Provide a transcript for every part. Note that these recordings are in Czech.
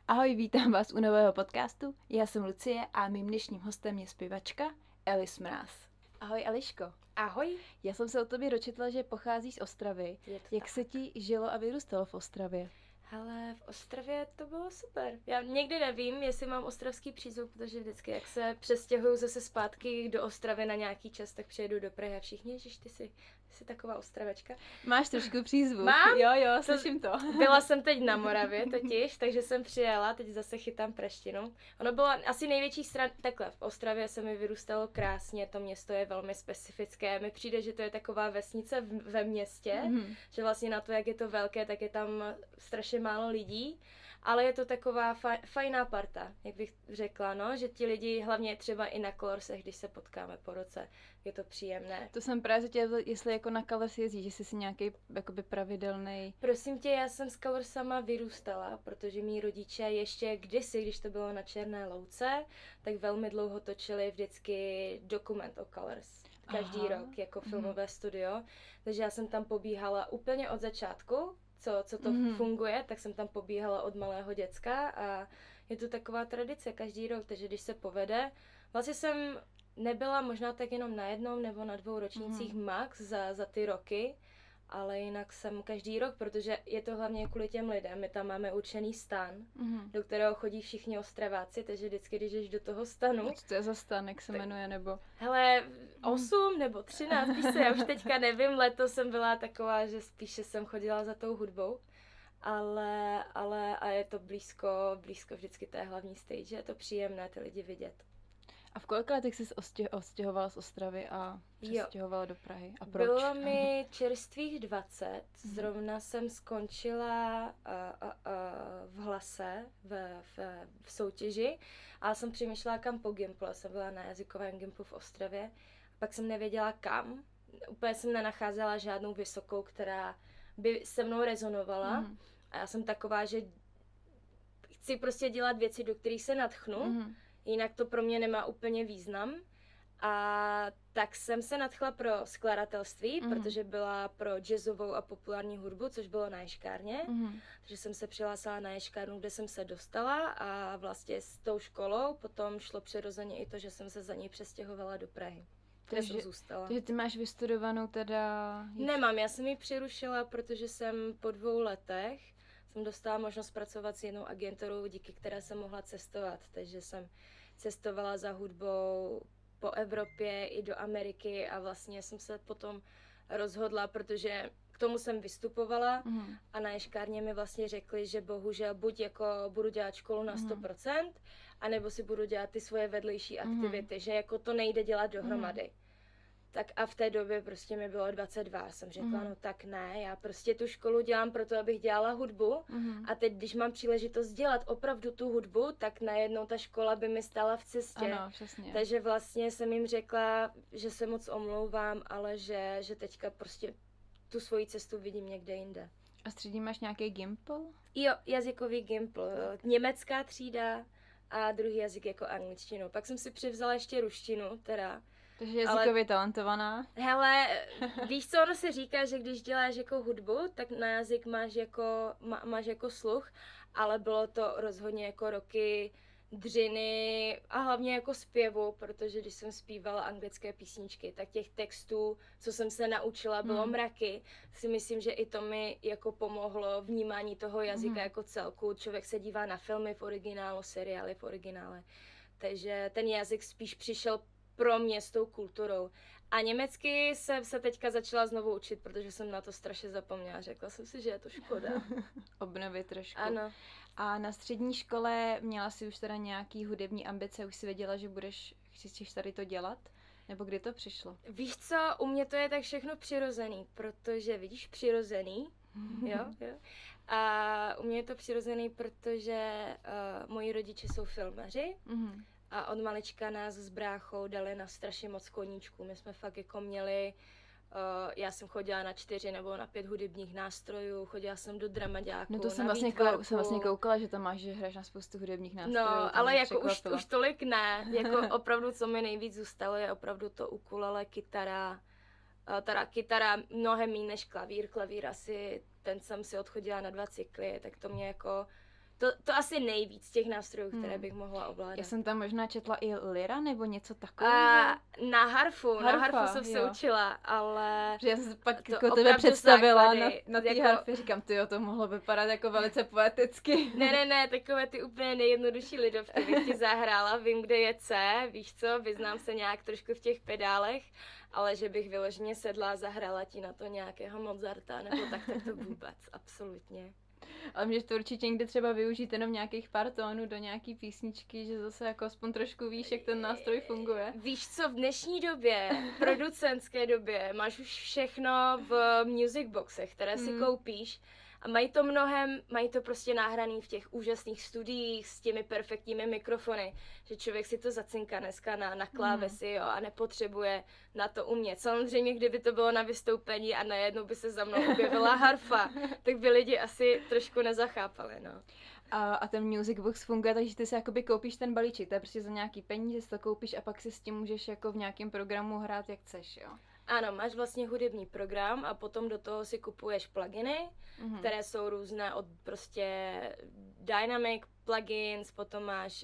Ahoj, vítám vás u nového podcastu. Já jsem Lucie a mým dnešním hostem je zpěvačka Elis Mráz. Ahoj Eliško. Ahoj. Já jsem se o tobě dočetla, že pocházíš z Ostravy. Jak se ti žilo a vyrůstalo v Ostravě? Hele, v Ostravě to bylo super. Já někdy nevím, jestli mám ostravský přízvuk, protože vždycky, jak se přestěhuju zase zpátky do Ostravy na nějaký čas, tak přijedu do Prahy a všichni, ježiš, ty jsi taková ostravečka. Máš trošku přízvuk. Mám? Jo, slyším to. Byla jsem teď na Moravě totiž, takže jsem přijela, teď zase chytám praštinu. Ono bylo asi největší takhle, v Ostravě se mi vyrůstalo krásně, to město je velmi specifické. Mi přijde, že to je taková vesnice ve městě, že vlastně na to, jak je to velké, tak je tam strašně málo lidí, ale je to taková fajná parta, jak bych řekla, no, že ti lidi, hlavně třeba i na Kolorsech, když se potkáme po roce, je to příjemné. To jsem právě chtěla, jestli jako na Colors jezdíš, že jsi nějaký jakoby pravidelný. Prosím tě, já jsem s Colorsama vyrůstala, protože mý rodiče ještě kdysi, když to bylo na Černé louce, tak velmi dlouho točili vždycky dokument o Colors. Každý rok jako filmové studio, takže já jsem tam pobíhala úplně od začátku, co to funguje, tak jsem tam pobíhala od malého děcka a je to taková tradice každý rok, takže když se povede, vlastně jsem nebyla možná tak jenom na jednom nebo na 2 ročnících max za ty roky, ale jinak jsem každý rok, protože je to hlavně kvůli těm lidem. My tam máme určený stan, do kterého chodí všichni Ostraváci, takže vždycky, když jdeš do toho stanu... Co to je za stan, jak se jmenuje, nebo... Hele, 8 nebo 13, víš co, já už teďka nevím, letos jsem byla taková, že spíše jsem chodila za tou hudbou, ale a je to blízko vždycky té hlavní stage, je to příjemné ty lidi vidět. A v kolika letech jsi odstěhovala z Ostravy a přestěhovala do Prahy? A proč? Bylo mi čerstvých 20. Zrovna jsem skončila v Hlase, v soutěži a jsem přemýšlela, kam po Gimplu. Jsem byla na jazykovém Gimplu v Ostravě. Pak jsem nevěděla kam. Úplně jsem nenacházela žádnou vysokou, která by se mnou rezonovala. A já jsem taková, že chci prostě dělat věci, do kterých se nadchnu. Jinak to pro mě nemá úplně význam. A tak jsem se nadchla pro skladatelství, protože byla pro jazzovou a populární hudbu, což bylo na ješkárně. Takže jsem se přihlásila na ješkárnu, kde jsem se dostala a vlastně s tou školou potom šlo přirozeně i to, že jsem se za ní přestěhovala do Prahy. Kde jsem zůstala. Takže ty máš vystudovanou teda... Nemám, já jsem ji přerušila, protože jsem po 2 letech jsem dostala možnost pracovat s jednou agenturou, díky které jsem mohla cestovat. Takže jsem cestovala za hudbou po Evropě i do Ameriky a vlastně jsem se potom rozhodla, protože k tomu jsem vystupovala a na ješkárně mi vlastně řekli, že bohužel buď jako budu dělat školu na 100%, anebo si budu dělat ty svoje vedlejší aktivity, že jako to nejde dělat dohromady. Tak a v té době prostě mi bylo 22, jsem řekla, no tak ne, já prostě tu školu dělám proto, abych dělala hudbu a teď, když mám příležitost dělat opravdu tu hudbu, tak najednou ta škola by mi stála v cestě. Ano, přesně. Takže vlastně jsem jim řekla, že se moc omlouvám, ale že teďka prostě tu svoji cestu vidím někde jinde. A střední máš nějaký Gimpl? Jo, jazykový Gimpl, německá třída a druhý jazyk jako angličtinu. Pak jsem si přivzala ještě ruštinu, teda. Takže jazykově talentovaná. Hele, víš co, ono se říká, že když děláš jako hudbu, tak na jazyk máš jako sluch, ale bylo to rozhodně jako roky dřiny a hlavně jako zpěvu, protože když jsem zpívala anglické písničky, tak těch textů, co jsem se naučila, bylo mraky. Si myslím, že i to mi jako pomohlo vnímání toho jazyka jako celku. Člověk se dívá na filmy v originálu, seriály v originále. Takže ten jazyk spíš přišel pro mě s tou kulturou. A německy jsem se teďka začala znovu učit, protože jsem na to strašně zapomněla. Řekla jsem si, že je to škoda. Obnovit trošku. Ano. A na střední škole měla jsi už teda nějaký hudební ambice? Už jsi věděla, že chceš tady to dělat? Nebo kdy to přišlo? Víš co, u mě to je tak všechno přirozený, protože vidíš přirozený, jo. A u mě je to přirozený, protože moji rodiče jsou filmaři. A od malička nás s bráchou dali na strašně moc koníčků. My jsme fakt jako měli, já jsem chodila na 4 nebo na 5 hudebních nástrojů, chodila jsem do dramaďáku, no to jsem vlastně koukala, že tam máš, že hraješ na spoustu hudebních nástrojů. No, ale jako už tolik ne. Jako opravdu, co mi nejvíc zůstalo, je opravdu to ukulele, kytara. Teda kytara mnohem méně než klavír. Klavír asi, ten jsem si odchodila na 2 cykly, tak to mě jako To asi nejvíc těch nástrojů, které bych mohla ovládat. Já jsem tam možná četla i lira nebo něco takového. Na harfu jsem se učila, ale... Že já jsem pak jako tebe představila na té jako... harfě, říkám, tyjo, to mohlo vypadat jako velice poeticky. Ne, takové ty úplně nejjednodušší lidovky bych ti zahrála, vím, kde je C, víš co, vyznám se nějak trošku v těch pedálech, ale že bych vyloženě sedla a zahrála ti na to nějakého Mozarta, nebo tak to vůbec, absolutně. Ale můžeš to určitě někde třeba využít jenom nějakých pár tónů do nějaký písničky, že zase jako aspoň trošku víš, jak ten nástroj funguje. Víš co, v dnešní době, producentské době, máš už všechno v music boxech, které si koupíš a mají to prostě nahraný v těch úžasných studiích s těmi perfektními mikrofony, že člověk si to zacinká dneska na klávesi, jo, a nepotřebuje na to umět. Samozřejmě, kdyby to bylo na vystoupení a najednou by se za mnou objevila harfa, tak by lidi asi trošku nezachápali, no. A ten music box funguje, takže ty si jakoby koupíš ten balíček, to je prostě za nějaký peníze, si to koupíš a pak si s tím můžeš jako v nějakém programu hrát, jak chceš, jo? Ano, máš vlastně hudební program a potom do toho si kupuješ pluginy, které jsou různé od prostě dynamic plugins, potom máš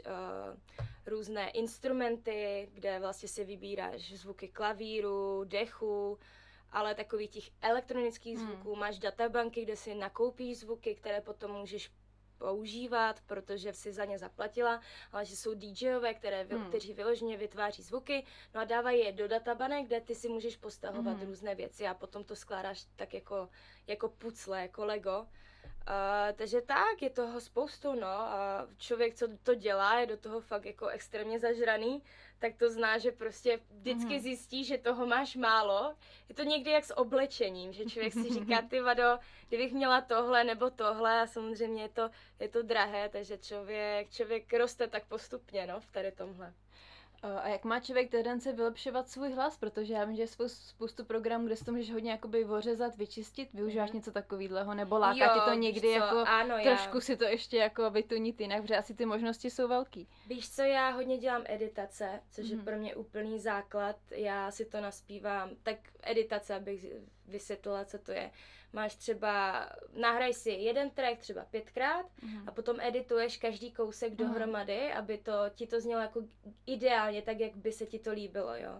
různé instrumenty, kde vlastně si vybíráš zvuky klavíru, dechu, ale takových těch elektronických zvuků. Máš databanky, kde si nakoupíš zvuky, které potom můžeš používat, protože si za ně zaplatila, ale že jsou DJové, kteří vyloženě vytváří zvuky, no a dávají je do databanek, kde ty si můžeš postahovat různé věci a potom to skládáš tak jako pucle, jako Lego. Takže tak, je toho spoustu, no, a člověk, co to dělá, je do toho fakt jako extrémně zažraný, tak to zná, že prostě vždycky zjistí, že toho máš málo. Je to někdy jak s oblečením, že člověk si říká, ty vado, kdybych měla tohle nebo tohle, a samozřejmě je to drahé, takže člověk roste tak postupně, no, v tady tomhle. A jak má člověk tendence vylepšovat svůj hlas? Protože já vím, že je spoustu programů, kde si to můžeš hodně jakoby ořezat, vyčistit, využíváš něco takového, nebo láká tě to někdy jako trošku si to ještě jako vytunit jinak, protože asi ty možnosti jsou velký. Víš co, já hodně dělám editace, což je pro mě úplný základ, já si to naspívám, tak editace, abych vysvětlila, co to je. Máš třeba, nahraj si jeden track třeba 5krát a potom edituješ každý kousek dohromady, aby ti to znělo jako ideálně, tak jak by se ti to líbilo, jo.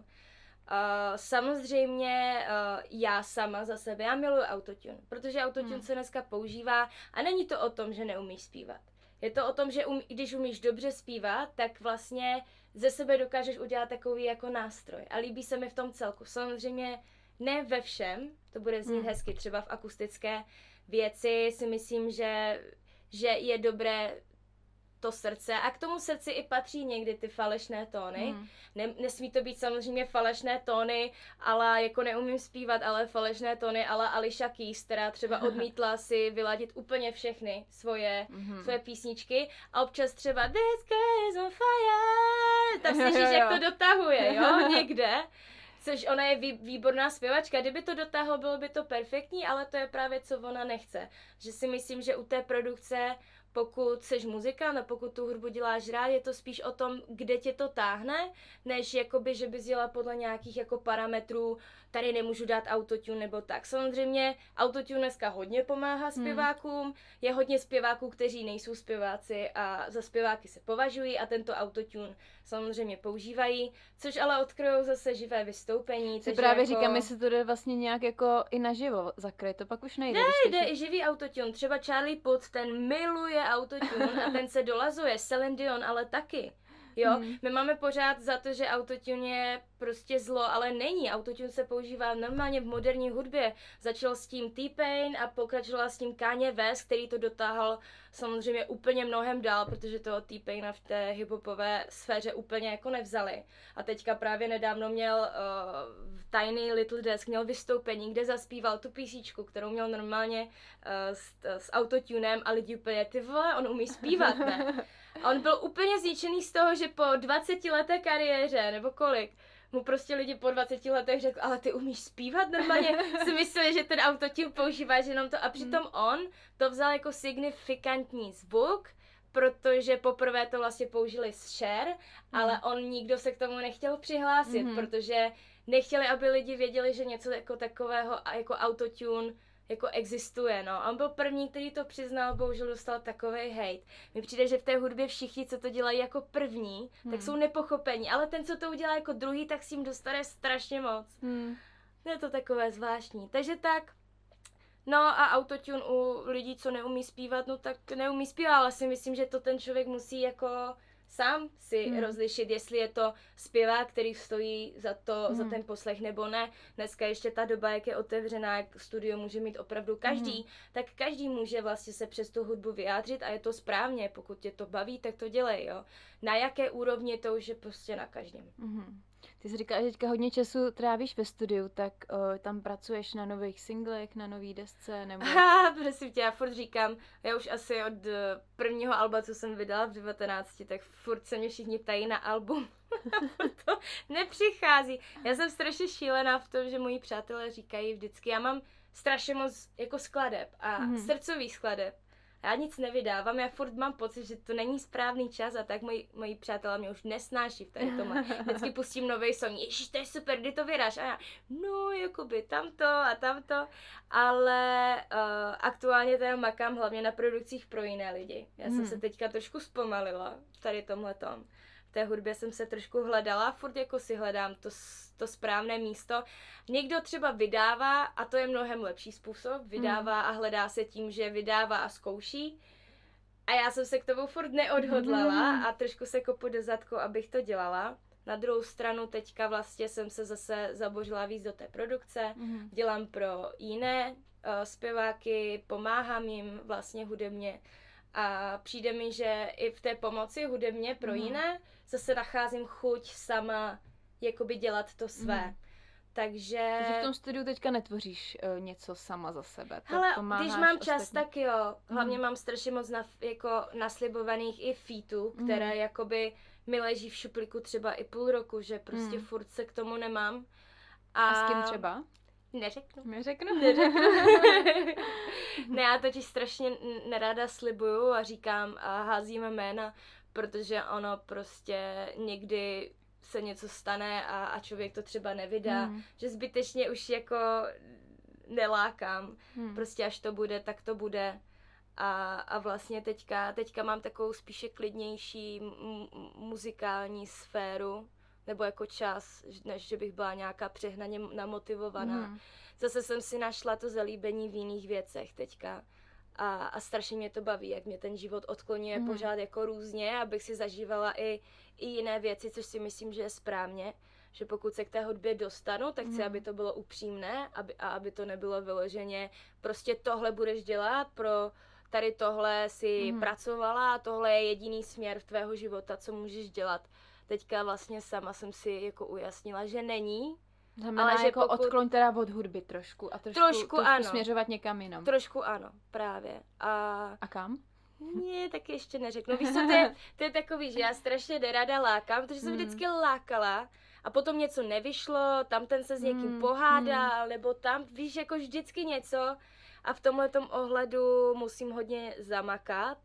Samozřejmě já sama za sebe, já miluji autotune, protože autotune se dneska používá a není to o tom, že neumíš zpívat. Je to o tom, že když umíš dobře zpívat, tak vlastně ze sebe dokážeš udělat takový jako nástroj a líbí se mi v tom celku. Samozřejmě ne ve všem, to bude znít hezky, třeba v akustické věci si myslím, že je dobré to srdce a k tomu srdci i patří někdy ty falešné tóny. Nesmí to být samozřejmě falešné tóny, ale jako neumím zpívat, ale falešné tóny ale Alicia Keys, která třeba odmítla si vyladit úplně všechny svoje písničky a občas třeba This girl is on fire, tam slyšíš, jak to dotahuje, jo, někde. Což ona je výborná zpěvačka, kdyby to dotáhlo, bylo by to perfektní, ale to je právě, co ona nechce. Že si myslím, že u té produkce, pokud seš muzikant a pokud tu hudbu děláš rád, je to spíš o tom, kde tě to táhne, než jakoby, že bys dělala podle nějakých jako parametrů, tady nemůžu dát autotune nebo tak. Samozřejmě autotune dneska hodně pomáhá zpěvákům, je hodně zpěváků, kteří nejsou zpěváci a za zpěváky se považují a tento autotune samozřejmě používají, což ale odkryjou zase živé vystoupení. Si právě jako... říkám, jestli to jde vlastně nějak jako i naživo zakryt, to pak už nejde. Jde i živý autotune, třeba Charlie Puth, ten miluje autotune a ten se dolazuje, Celine Dion ale taky. Jo, my máme pořád za to, že autotune je prostě zlo, ale není. Autotune se používá normálně v moderní hudbě. Začal s tím T-Pain a pokračoval s tím Kanye West, který to dotáhl samozřejmě úplně mnohem dál, protože toho T-Paina v té hiphopové sféře úplně jako nevzali. A teďka právě nedávno měl Tiny Little Desk, měl vystoupení, kde zaspíval tu písničku, kterou měl normálně s autotunem a lidi úplně, ty vole, on umí zpívat, ne? A on byl úplně zničený z toho, že po 20 leté kariéře, nebo kolik, mu prostě lidi po 20 letech řekl, ale ty umíš zpívat? Normálně si mysleli, že ten autotune používáš jenom to. A přitom on to vzal jako signifikantní zvuk, protože poprvé to vlastně použili s Cher, ale nikdo se k tomu nechtěl přihlásit, protože nechtěli, aby lidi věděli, že něco jako takového jako autotune jako existuje, no. A on byl první, který to přiznal, bohužel dostal takovej hejt. Mně přijde, že v té hudbě všichni, co to dělají jako první, tak jsou nepochopení, ale ten, co to udělá jako druhý, tak s tím dostane strašně moc. Je to takové zvláštní. Takže tak, no a autotune u lidí, co neumí zpívat, no tak neumí zpívat, ale si myslím, že to ten člověk musí jako sám si rozlišit, jestli je to zpěvák, který stojí za ten poslech nebo ne. Dneska ještě ta doba, jak je otevřená, jak studio může mít opravdu každý, tak každý může vlastně se přes tu hudbu vyjádřit a je to správně, pokud tě to baví, tak to dělej, jo. Na jaké úrovni, to už je prostě na každém. Ty jsi říkala, že teďka hodně času trávíš ve studiu, tak tam pracuješ na nových singlech, na nový desce, nebo... Prosím tě, já furt říkám, já už asi od prvního alba, co jsem vydala v 19, tak furt se mě všichni ptají na album. To nepřichází. Já jsem strašně šílená v tom, že moji přátelé říkají vždycky, já mám strašně moc jako skladeb a srdcových skladeb. Já nic nevydávám, já furt mám pocit, že to není správný čas a tak moji přátelé mě už nesnáší v tady tomhle. Vždycky pustím nový song, ježiš, to je super, kdy to vydáš? A já, no, jakoby tamto a tamto, ale aktuálně teda makám hlavně na produkcích pro jiné lidi. Já jsem se teďka trošku zpomalila v tady tomhletom. V té hudbě jsem se trošku hledala, furt jako si hledám to správné místo. Někdo třeba vydává, a to je mnohem lepší způsob, vydává a hledá se tím, že vydává a zkouší. A já jsem se k tomu furt neodhodlala a trošku se kopu do zadku, abych to dělala. Na druhou stranu teďka vlastně jsem se zase zabořila víc do té produkce, dělám pro jiné zpěváky, pomáhám jim vlastně hudebně. A přijde mi, že i v té pomoci hudebně pro jiné zase nacházím chuť sama jakoby dělat to své. Takže v tom studiu teďka netvoříš něco sama za sebe. Hele, když mám čas, tak jo. Hlavně mám strašně moc naslibovaných i featů, které jakoby mi leží v šuplíku třeba i půl roku, že prostě furt se k tomu nemám. A s kým třeba? Neřeknu. Ne, já totiž strašně neráda slibuju a říkám a házím jména, protože ono prostě někdy se něco stane a člověk to třeba nevydá, že zbytečně už jako nelákám. Prostě až to bude, tak to bude. A vlastně teďka mám takovou spíše klidnější muzikální sféru, nebo jako čas, než že bych byla nějaká přehnaně namotivovaná. Zase jsem si našla to zalíbení v jiných věcech teďka. A strašně mě to baví, jak mě ten život odklonuje pořád jako různě, abych si zažívala i jiné věci, což si myslím, že je správně. Že pokud se k té hudbě dostanu, tak chci, aby to bylo upřímné, aby to nebylo vyloženě prostě tohle budeš dělat, pro tady tohle si pracovala a tohle je jediný směr v tvého života, co můžeš dělat. Teďka vlastně sama jsem si jako ujasnila, že není. Znamená, ale že jako odkloň teda od hudby trošku a trošku směřovat někam jinam. Trošku ano, právě. A kam? Ne, tak ještě neřeknu. Víš co, to je takový, že já strašně nerada lákám, protože jsem vždycky lákala a potom něco nevyšlo, tam ten se s někým pohádal, nebo tam, víš, jako vždycky něco a v tomhletom ohledu musím hodně zamakat,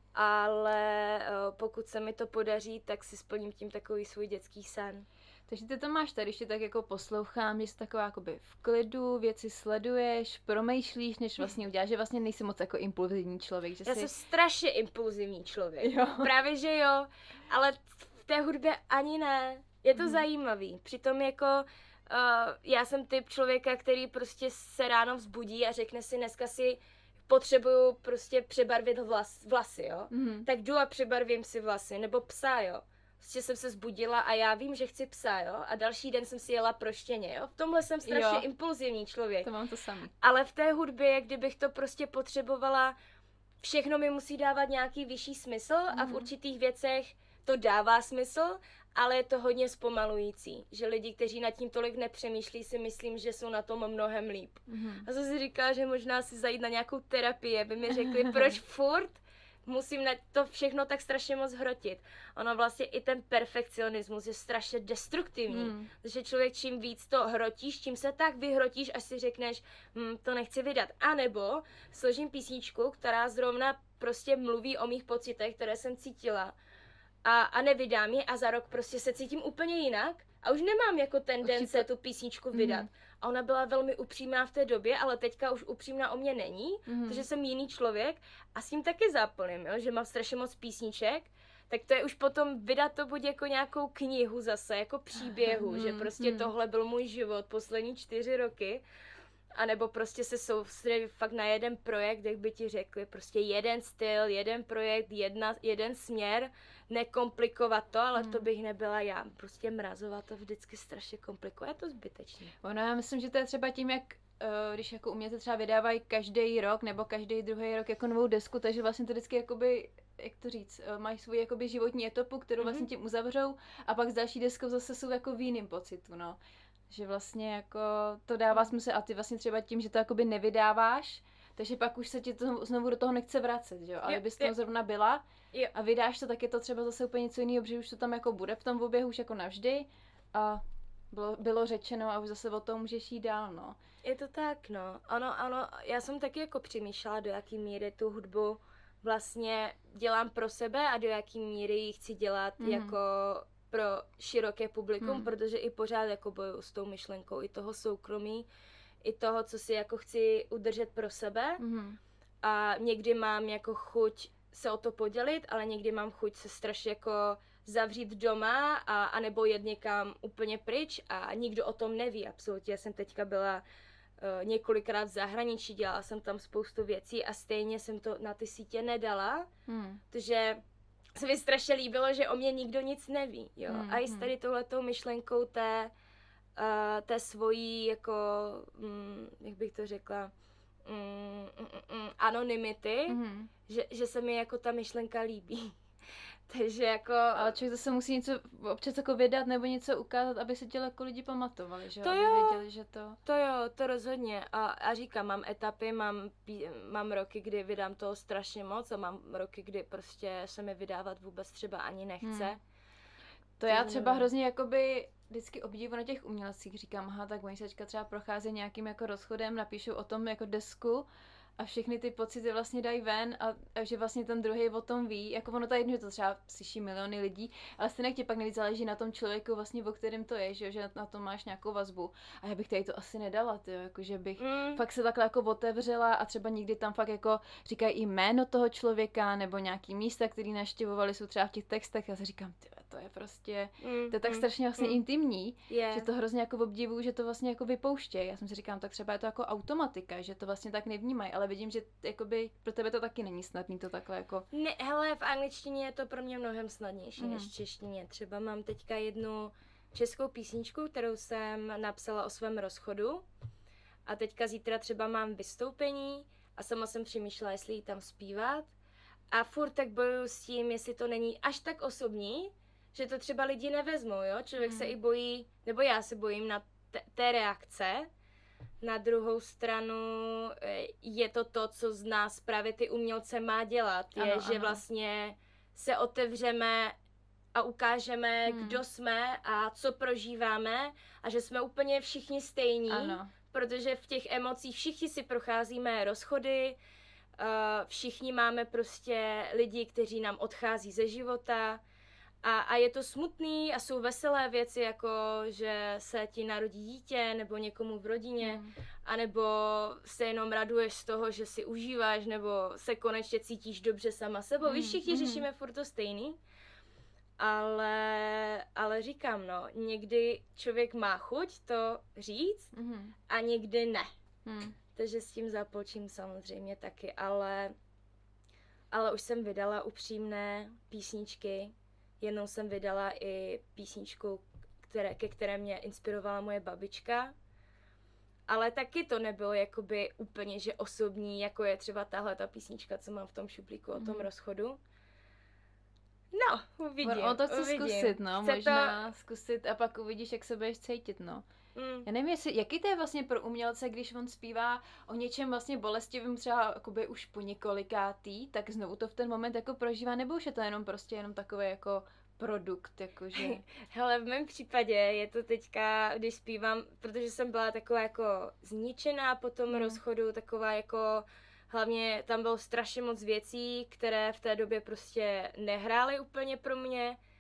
ale pokud se mi to podaří, tak si splním tím takový svůj dětský sen. Takže ty to máš tady, když tě tak jako poslouchám, že jsi taková jakoby v klidu, věci sleduješ, promýšlíš, než vlastně uděláš, že vlastně nejsi moc jako impulzivní člověk. Že já jsem strašně impulzivní člověk. Jo. Právě, že jo, ale v té hudbě ani ne. Je to zajímavý. Přitom jako já jsem typ člověka, který prostě se ráno vzbudí a řekne si, dneska si potřebuju prostě přebarvit vlasy, jo. Tak jdu a přebarvím si vlasy, nebo psa, jo. Prostě jsem se zbudila a já vím, že chci psa, jo, a další den jsem si jela pro štěně, jo. V tomhle jsem strašně impulzivní člověk. To mám to samý. Ale v té hudbě, kdybych to prostě potřebovala, všechno mi musí dávat nějaký vyšší smysl a v určitých věcech to dává smysl, ale je to hodně zpomalující, že lidi, kteří nad tím tolik nepřemýšlí, si myslím, že jsou na tom mnohem líp. A jsem si říkala, že možná si zajít na nějakou terapii, aby mi řekli, proč furt musím na to všechno tak strašně moc hrotit. Ono vlastně i ten perfekcionismus je strašně destruktivní. Takže člověk čím víc to hrotíš, čím se tak vyhrotíš, až si řekneš, to nechci vydat. A nebo složím písničku, která zrovna prostě mluví o mých pocitech, které jsem cítila a nevydám ji a za rok prostě se cítím úplně jinak a už nemám jako tendence tu písničku vydat. a ona byla velmi upřímná v té době, ale teďka už upřímná o mě není, protože jsem jiný člověk a s tím taky záplným, jo, že mám strašně moc písniček, tak to je už potom vydat to buď jako nějakou knihu zase, jako příběhu, že prostě tohle byl můj život poslední 4 roky, anebo prostě se soustředit fakt na jeden projekt, jak by ti řekli, prostě jeden styl, jeden projekt, jeden směr, nekomplikovat to, ale to bych nebyla já. Prostě Mrazová to vždycky strašně komplikuje, je to zbytečné. Ono, já myslím, že to je třeba tím, jak když jako umělci třeba vydávají každý rok nebo každý druhý rok jako novou desku, takže vlastně to vždycky jakoby, jak to říct, mají svou jakoby životní etapu, kterou vlastně tím uzavřou a pak s další deskou zase jsou jako v jiným pocitu, no. Že vlastně jako to dává smysl a ty vlastně třeba tím, že to jakoby nevydáváš, takže pak už se ti to znovu do toho nechce vracet, jo, ale bys tam zrovna byla a vydáš to, tak je to třeba zase úplně něco jiného, protože už to tam jako bude v tom oběhu už jako navždy a bylo řečeno a už zase o tom můžeš jít dál, no. Je to tak, no. Ano, já jsem taky jako přemýšlela, do jaký míry tu hudbu vlastně dělám pro sebe a do jaký míry ji chci dělat jako pro široké publikum, protože i pořád jako bojuju s tou myšlenkou i toho soukromí, i toho, co si jako chci udržet pro sebe a někdy mám jako chuť se o to podělit, ale někdy mám chuť se strašně jako zavřít doma a nebo jet někam úplně pryč a nikdo o tom neví absolutně. Já jsem teďka byla několikrát v zahraničí, dělala jsem tam spoustu věcí a stejně jsem to na ty sítě nedala, protože se mi strašně líbilo, že o mě nikdo nic neví, jo. A i s tady touhletou myšlenkou té svojí, jako, jak bych to řekla, anonymity, že se mi jako ta myšlenka líbí. Takže jako... Ale člověk zase musí něco občas jako vydat nebo něco ukázat, aby se tě jako lidi pamatovali, že? To aby jo, věděli, že to... To jo, to rozhodně. A říkám, mám etapy, mám roky, kdy vydám toho strašně moc a mám roky, kdy prostě se mi vydávat vůbec třeba ani nechce. To já třeba hrozně jakoby vždycky obdivu na těch umělcích, říkám, aha, tak oni se třeba prochází nějakým jako rozchodem, napíšou o tom jako desku a všechny ty pocity vlastně dají ven a že vlastně ten druhý o tom ví, jako ono to je jedno, že to třeba slyší miliony lidí, ale stejně tě pak nejvíc záleží na tom člověku vlastně, o kterém to je, že na tom máš nějakou vazbu. A já bych tady to asi nedala, tyjo, jako že bych fakt se takhle jako otevřela a třeba někdy tam fakt jako říkají i jméno toho člověka nebo nějaký místa, který navštěvovali, jsou třeba v těch textech. Já si říkám, tyjo, to je prostě, to je tak strašně vlastně intimní, že to hrozně jako obdivuju, že to vlastně jako vypouštějí. Já jsem si říkám, tak třeba je to jako automatika, že to vlastně tak nevnímají, ale vidím, že jakoby pro tebe to taky není snadný to takhle jako... Ne, hele, v angličtině je to pro mě mnohem snadnější než v češtině. Třeba mám teďka jednu českou písničku, kterou jsem napsala o svém rozchodu a teďka zítra třeba mám vystoupení a sama jsem přemýšlela, jestli ji tam zpívat a furt tak bojuju s tím, jestli to není až tak osobní, že to třeba lidi nevezmou, jo? Člověk se i bojí, nebo já se bojím na té reakce. Na druhou stranu je to, co z nás právě ty umělce má dělat, že vlastně se otevřeme a ukážeme, kdo jsme a co prožíváme a že jsme úplně všichni stejní, protože v těch emocích všichni si procházíme rozchody, všichni máme prostě lidi, kteří nám odchází ze života, a je to smutný a jsou veselé věci, jako že se ti narodí dítě nebo někomu v rodině, anebo se jenom raduješ z toho, že si užíváš nebo se konečně cítíš dobře sama sebou. Víš, všichni řešíme furt to stejný, ale říkám, no, někdy člověk má chuť to říct a někdy ne. Takže s tím zapolčím samozřejmě taky, ale už jsem vydala upřímné písničky. Jednou jsem vydala i písničku, ke které mě inspirovala moje babička. Ale taky to nebylo jakoby úplně, že osobní, jako je třeba tahle ta písnička, co mám v tom šuplíku o tom rozchodu. No, uvidím. On to chce zkusit, no, možná zkusit a pak uvidíš, jak se budeš cítit, no. Já nevím, jaký to je vlastně pro umělce, když on zpívá o něčem vlastně bolestivým třeba jakoby už po několikátý, tak znovu to v ten moment jako prožívá, nebo už je to jenom takový jako produkt, jakože... Hele, v mém případě je to teďka, když zpívám, protože jsem byla taková jako zničená po tom rozchodu, taková jako... Hlavně tam bylo strašně moc věcí, které v té době prostě nehrály úplně pro mě.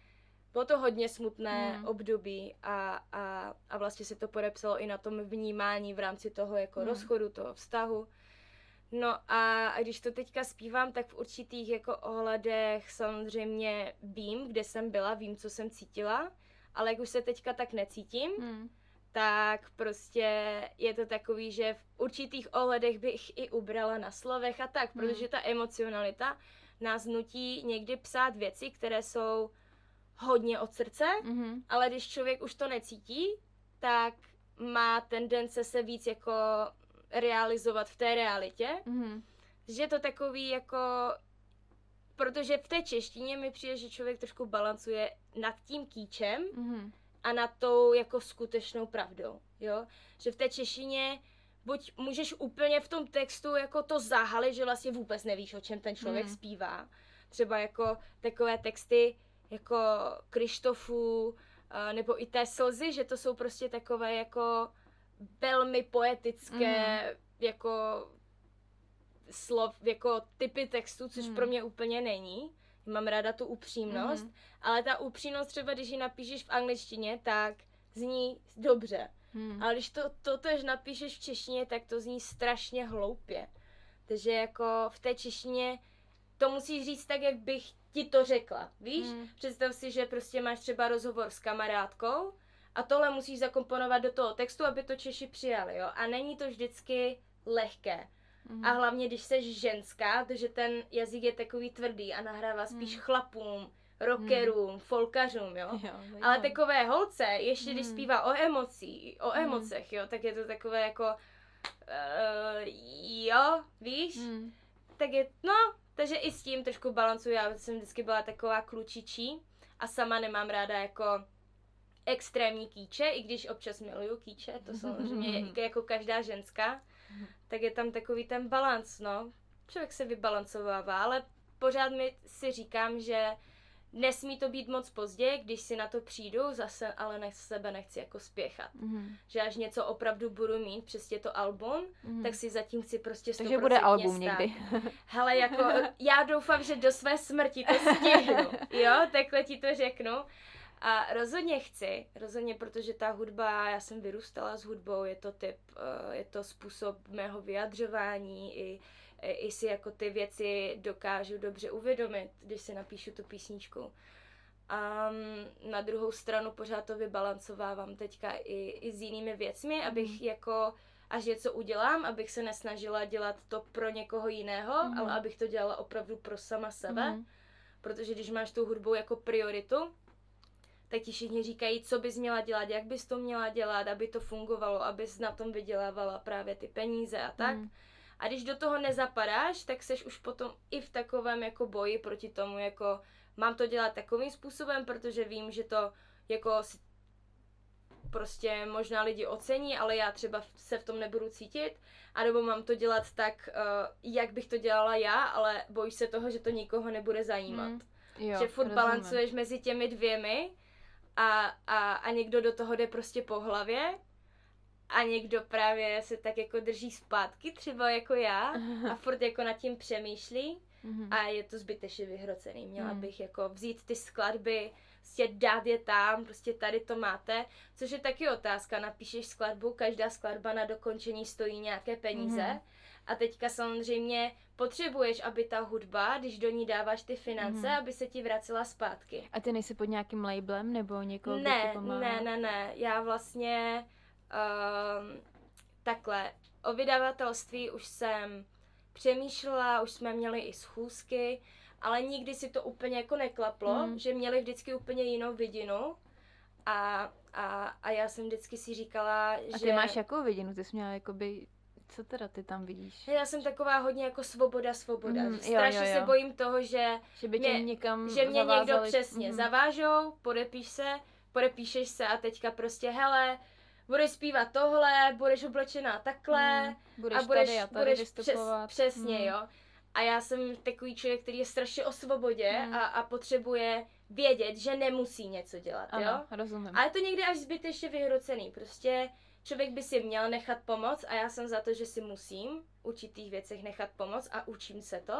Bylo to hodně smutné období a vlastně se to podepsalo i na tom vnímání v rámci toho jako rozchodu, toho vztahu. No a když to teďka zpívám, tak v určitých jako ohledech samozřejmě vím, kde jsem byla, vím, co jsem cítila, ale jak už se teďka tak necítím, tak prostě je to takový, že v určitých ohledech bych i ubrala na slovech a tak, protože ta emocionalita nás nutí někdy psát věci, které jsou hodně od srdce, ale když člověk už to necítí, tak má tendence se víc jako realizovat v té realitě. Že je to takový jako, protože v té češtině mi přijde, že člověk trošku balancuje nad tím kýčem a nad tou jako skutečnou pravdou, jo. Že v té češtině buď můžeš úplně v tom textu jako to zahalit, že vlastně vůbec nevíš, o čem ten člověk zpívá. Třeba jako takové texty jako Krištofu, nebo i té Slzy, že to jsou prostě takové jako velmi poetické jako slov, jako typy textů, což pro mě úplně není. Mám ráda tu upřímnost, ale ta upřímnost třeba, když ji napíšeš v angličtině, tak zní dobře. Ale když to tež napíšeš v češtině, tak to zní strašně hloupě. Takže jako v té češtině to musíš říct tak, jak bych ti to řekla, víš? Představ si, že prostě máš třeba rozhovor s kamarádkou a tohle musíš zakomponovat do toho textu, aby to Češi přijali, jo? A není to vždycky lehké. A hlavně, když jsi ženská, protože ten jazyk je takový tvrdý a nahrává spíš chlapům, rockerům, folkařům, jo? Ale takové holce, ještě když zpívá o emocech, jo? Tak je to takové jako, jo, víš? Tak je, no, takže i s tím trošku balancuju, já jsem vždycky byla taková klučičí a sama nemám ráda jako extrémní kýče, i když občas miluju kýče, to samozřejmě jako každá ženská, tak je tam takový ten balans, no. Člověk se vybalancovává, ale pořád si říkám, že nesmí to být moc pozdě, když si na to přijdu, zase ale sebe nechci jako spěchat. Že až něco opravdu budu mít, přesně to album, tak si zatím chci prostě 100% Takže bude album stát. někdy. Hele, jako já doufám, že do své smrti to stihnu, jo, takhle ti to řeknu. A rozhodně, protože ta hudba, já jsem vyrůstala s hudbou, je to způsob mého vyjadřování, i si jako ty věci dokážu dobře uvědomit, když si napíšu tu písničku. A na druhou stranu pořád to vybalancovávám teďka i s jinými věcmi, abych jako, až něco udělám, abych se nesnažila dělat to pro někoho jiného, ale abych to dělala opravdu pro sama sebe. Protože když máš tu hudbu jako prioritu, tak ti všichni říkají, co bys měla dělat, jak bys to měla dělat, aby to fungovalo, abys na tom vydělávala právě ty peníze a tak. A když do toho nezapadáš, tak seš už potom i v takovém jako boji proti tomu, jako mám to dělat takovým způsobem, protože vím, že to jako prostě možná lidi ocení, ale já třeba se v tom nebudu cítit, anebo mám to dělat tak, jak bych to dělala já, ale bojíš se toho, že to nikoho nebude zajímat. Jo, že furt balancuješ mezi těmi dvěmi a někdo do toho jde prostě po hlavě a někdo právě se tak jako drží zpátky, třeba jako já, a furt jako nad tím přemýšlí a je to zbytečně vyhrocený. Měla bych jako vzít ty skladby, prostě dát je tam, prostě tady to máte, což je taky otázka, napíšeš skladbu, každá skladba na dokončení stojí nějaké peníze a teďka samozřejmě potřebuješ, aby ta hudba, když do ní dáváš ty finance, aby se ti vracela zpátky. A ty nejsi pod nějakým labelem nebo někoho, kdo ti pomáhá? Ne. Já vlastně takhle, o vydavatelství už jsem přemýšlela, už jsme měli i schůzky, ale nikdy si to úplně jako neklaplo, že měli vždycky úplně jinou vidinu a já jsem vždycky si říkala, že... A ty máš jakou vidinu? Ty jsi měla jakoby... Co teda ty tam vidíš? Já jsem taková hodně jako svoboda. Strašně se bojím toho, že by tě někam že mě někdo přesně zavážou, podepíšeš se a teďka prostě hele, budeš zpívat tohle, budeš oblečená takhle budeš tady a tady vystupovat. Přesně, jo. A já jsem takový člověk, který je strašně o svobodě a potřebuje vědět, že nemusí něco dělat, ano, jo. Rozumím. Ale to někdy až zbytečně vyhrocený. Prostě člověk by si měl nechat pomoct a já jsem za to, že si musím v určitých věcech nechat pomoct a učím se to.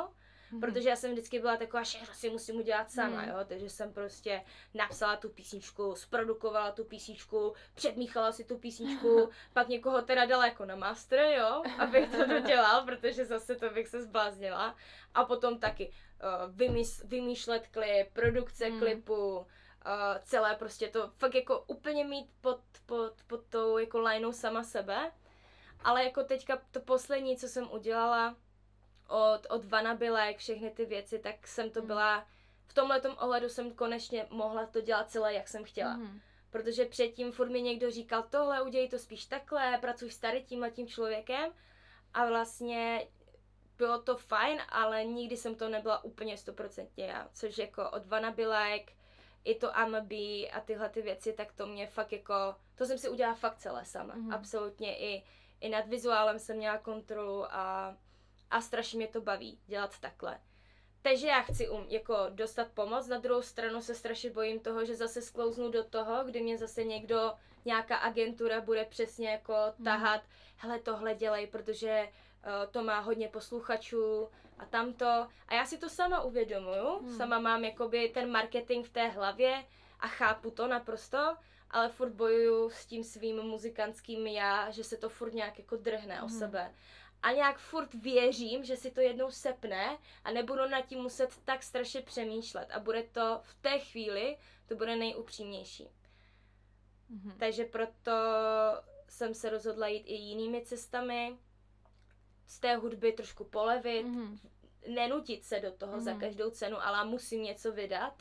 Protože já jsem vždycky byla taková, že si musím udělat sama, jo, takže jsem prostě napsala tu písničku, zprodukovala tu písničku, předmíchala si tu písničku, pak někoho teda dala jako na master, jo, abych to dodělal, protože zase to bych se zbláznila. A potom taky vymýšlet klip, produkce klipu, celé prostě to fakt jako úplně mít pod tou jako lineou sama sebe. Ale jako teďka to poslední, co jsem udělala od Vanabilek, všechny ty věci, tak jsem to byla, v tomhletom ohledu jsem konečně mohla to dělat celé, jak jsem chtěla. Protože předtím furt mi někdo říkal, tohle udělej to spíš takhle, pracuj s tady tímhletím člověkem a vlastně bylo to fajn, ale nikdy jsem to nebyla úplně 100% já, což jako od Vanabilek, i to Amabi a tyhle ty věci, tak to mě fakt jako, to jsem si udělala fakt celé sama, absolutně i nad vizuálem jsem měla kontrolu a strašně mě to baví dělat takhle. Takže já chci jako dostat pomoc, na druhou stranu se strašně bojím toho, že zase sklouznu do toho, kdy mě zase nějaká agentura bude přesně jako tahat, hele tohle dělej, protože to má hodně posluchačů a tamto. A já si to sama uvědomuju, sama mám jakoby ten marketing v té hlavě a chápu to naprosto, ale furt bojuju s tím svým muzikantským já, že se to furt nějak jako drhne o sebe. A nějak furt věřím, že si to jednou sepne a nebudu nad tím muset tak strašně přemýšlet. A bude to v té chvíli, to bude nejupřímnější. Takže proto jsem se rozhodla jít i jinými cestami, z té hudby trošku polevit, nenutit se do toho za každou cenu, ale musím něco vydat.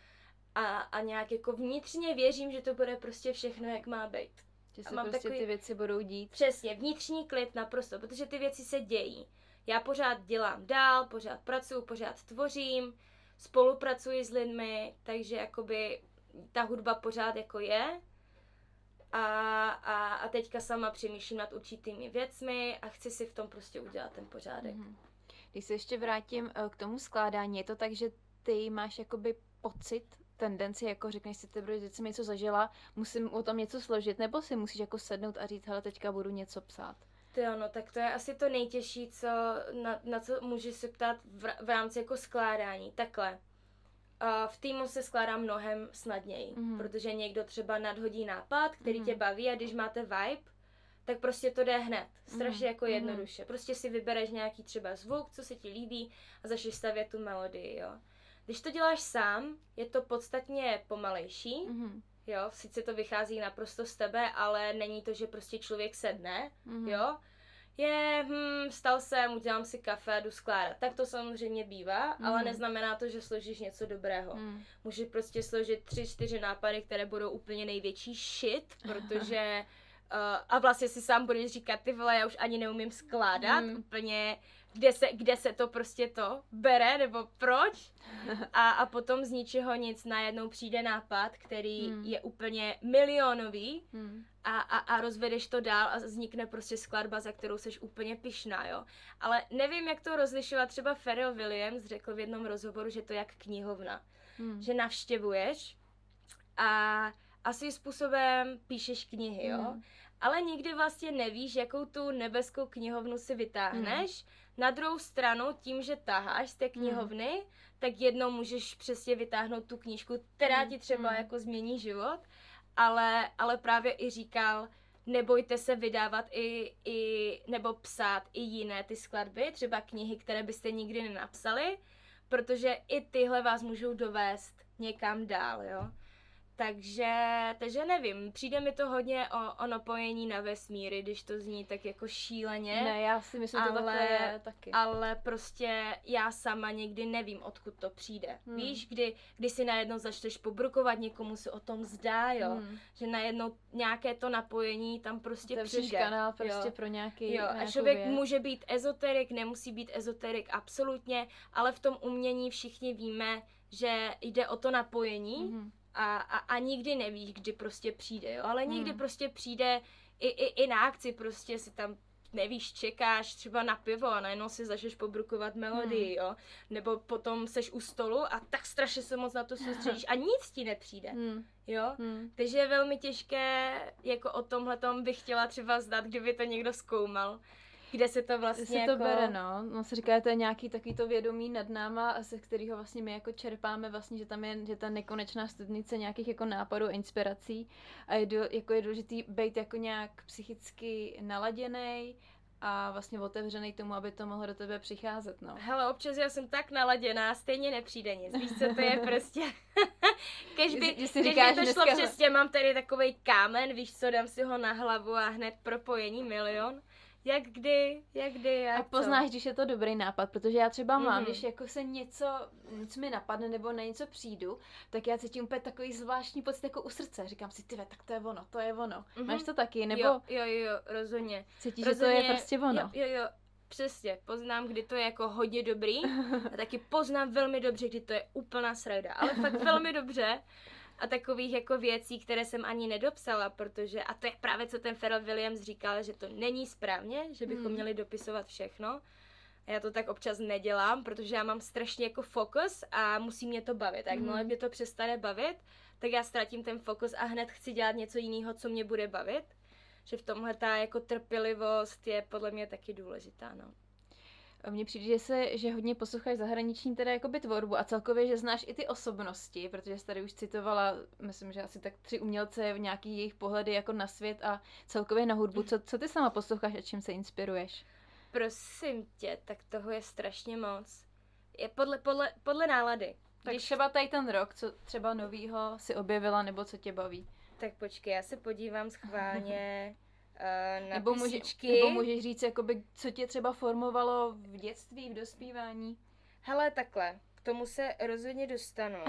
A nějak jako vnitřně věřím, že to bude prostě všechno, jak má být. Že se prostě ty věci budou dít. Přesně, vnitřní klid naprosto, protože ty věci se dějí. Já pořád dělám dál, pořád pracuji, pořád tvořím, spolupracuji s lidmi, takže jakoby ta hudba pořád jako je. A teďka sama přemýšlím nad určitými věcmi a chci si v tom prostě udělat ten pořádek. Když se ještě vrátím k tomu skládání, je to tak, že ty máš jakoby pocit, tendenci, jako řekneš si, teď jsem něco zažila, musím o tom něco složit, nebo si musíš jako sednout a říct, hele, teďka budu něco psát? No, tak to je asi to nejtěžší, na co můžeš se ptát v rámci jako skládání. Takhle. V týmu se skládá mnohem snadněji, protože někdo třeba nadhodí nápad, který tě baví a když máte vibe, tak prostě to jde hned. Strašně jako jednoduše. Prostě si vybereš nějaký třeba zvuk, co se ti líbí a začneš stavět tu melodii, jo. Když to děláš sám, je to podstatně pomalejší, jo, sice to vychází naprosto z tebe, ale není to, že prostě člověk sedne, jo, vstal jsem, udělám si kafe a jdu skládat. Tak to samozřejmě bývá, ale neznamená to, že složíš něco dobrého. Můžeš prostě složit 3-4 nápady, které budou úplně největší shit, protože a vlastně si sám budeš říkat, ty vole, já už ani neumím skládat, úplně, kde se to prostě to bere, nebo proč? A potom z ničeho nic najednou přijde nápad, který je úplně milionový a rozvedeš to dál a vznikne prostě skladba, za kterou seš úplně pyšná, jo. Ale nevím, jak to rozlišovat, třeba Pharrell Williams řekl v jednom rozhovoru, že to je jak knihovna. Že navštěvuješ a svým způsobem píšeš knihy, jo. Ale nikdy vlastně nevíš, jakou tu nebeskou knihovnu si vytáhneš. Na druhou stranu, tím, že taháš z té knihovny, tak jednou můžeš přesně vytáhnout tu knížku, která ti třeba jako změní život, ale právě i říkal, nebojte se vydávat nebo psát i jiné ty skladby, třeba knihy, které byste nikdy nenapsali, protože i tyhle vás můžou dovést někam dál, jo. Takže nevím, přijde mi to hodně o napojení na vesmíry, když to zní tak jako šíleně. Ne, já si myslím, že to takhle je taky. Ale prostě já sama někdy nevím, odkud to přijde. Víš, kdy si najednou začneš pobrukovat, někomu se o tom zdá, jo. Že najednou nějaké to napojení tam prostě přijde. Kanál prostě pro nějaký a člověk může být ezoterik, nemusí být ezoterik absolutně, ale v tom umění všichni víme, že jde o to napojení. A nikdy nevíš, kdy prostě přijde, jo, ale někdy prostě přijde i na akci, prostě si tam, nevíš, čekáš třeba na pivo a najednou si začneš pobrukovat melodii, jo, nebo potom seš u stolu a tak strašně se moc na to soustředíš a nic ti nepřijde, jo, takže je velmi těžké, jako o tomhletom bych chtěla třeba znát, kdyby to někdo zkoumal. kde se to vlastně se to jako... bere, no. No se říká, že to je nějaký takový to vědomí nad náma, a ze kterého vlastně my jako čerpáme vlastně, že tam je že ta nekonečná studnice nějakých jako nápadů a inspirací a je důležitý být jako nějak psychicky naladěnej a vlastně otevřenej tomu, aby to mohlo do tebe přicházet, no. Hele, občas já jsem tak naladěná, stejně nepřijde nic. Víš, co to je prostě? Kež by to šlo přesně, mám tady takovej kámen, víš co, dám si ho na hlavu a hned propojení 1 milion. Jak kdy, a poznáš, když je to dobrý nápad, protože já třeba mám, když jako se něco mi napadne nebo na něco přijdu, tak já cítím úplně takový zvláštní pocit jako u srdce. Říkám si, tyve, tak to je ono. Máš to taky, nebo? Jo, rozhodně. Cítíš, že to je prostě ono? Jo, přesně. Poznám, kdy to je jako hodně dobrý a taky poznám velmi dobře, kdy to je úplná srajda, ale fakt velmi dobře. A takových jako věcí, které jsem ani nedopsala, protože, a to je právě co ten Pharrell Williams říkal, že to není správně, že bychom měli dopisovat všechno. A já to tak občas nedělám, protože já mám strašně jako fokus a musí mě to bavit. A jakmile mě to přestane bavit, tak já ztratím ten fokus a hned chci dělat něco jiného, co mě bude bavit. Že v tomhle ta jako trpělivost je podle mě taky důležitá, no. Mně přijde, že hodně posloucháš zahraniční teda jakoby tvorbu a celkově, že znáš i ty osobnosti, protože jsi tady už citovala, myslím, že asi tak 3 umělce v nějaký jejich pohledy jako na svět a celkově na hudbu. Co ty sama posloucháš a čím se inspiruješ? Prosím tě, tak toho je strašně moc. Je podle nálady. Tak třeba tady ten rok, co třeba novýho si objevila nebo co tě baví? Tak počkej, já se podívám schválně... na nebo písničky. Nebo můžeš říct, jakoby, co tě třeba formovalo v dětství, v dospívání? Hele, takhle, k tomu se rozhodně dostanu.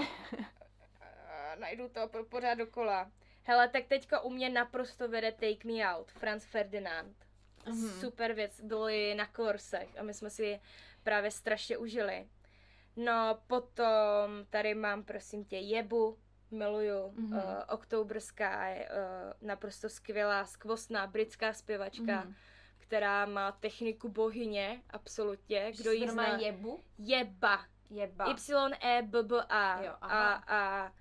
Najdu to pořád dokola. Hele, tak teďka u mě naprosto vede Take Me Out, Franz Ferdinand. Super věc, byly na Kolorsech a my jsme si právě strašně užili. No, potom tady mám, prosím tě, Jebu, miluju, October Sky, naprosto skvělá, skvostná britská zpěvačka, která má techniku bohyně, absolutně. Kdo jí zná? Jebu? Jeba. Y-E-B-B-A. Jo, a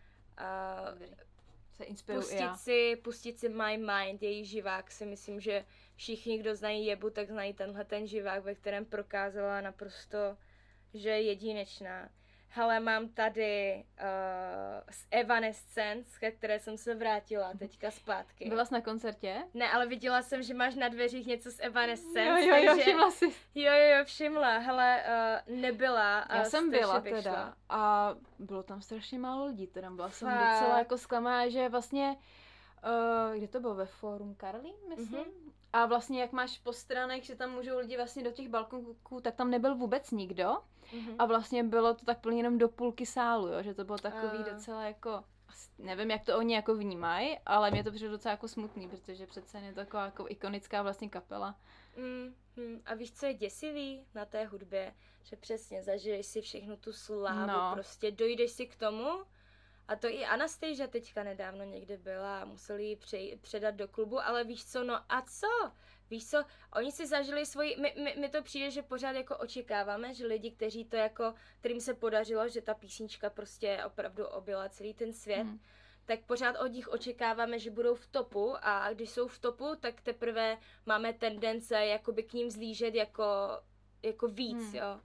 se inspiruju pustit si My Mind, její živák, si myslím, že všichni, kdo znají Jebu, tak znají tenhle ten živák, ve kterém prokázala naprosto, že je jedinečná. Hele, mám tady z Evanescence, ke které jsem se vrátila teďka zpátky. Byla jsi na koncertě? Ne, ale viděla jsem, že máš na dveřích něco z Evanescence. Jo, všimla jsi. Jo, všimla. Hele, nebyla. Já jsem byla teda šla. A bylo tam strašně málo lidí, teda byla jsem docela jako zklamaná, že vlastně, kde to bylo, ve Forum Karlín, myslím? A vlastně jak máš po stranech, že tam můžou lidi vlastně do těch balkonků, tak tam nebyl vůbec nikdo. A vlastně bylo to tak plně jenom do půlky sálu, jo? Že to bylo takový docela jako, nevím, jak to oni jako vnímají, ale mě to přišlo docela jako smutný, protože přece je to taková jako ikonická vlastně kapela. A víš, co je děsivý na té hudbě? Že přesně zažiješ si všechnu tu slávu, prostě dojdeš si k tomu. A to i Anastasia teďka nedávno někde byla a museli ji předat do klubu, ale víš co, no a co? Víš co, oni si zažili svoji, mi to přijde, že pořád jako očekáváme, že lidi, kteří to jako, kterým se podařilo, že ta písnička prostě opravdu objela celý ten svět, tak pořád od nich očekáváme, že budou v topu a když jsou v topu, tak teprve máme tendence jakoby k ním vzlížet jako víc, jo.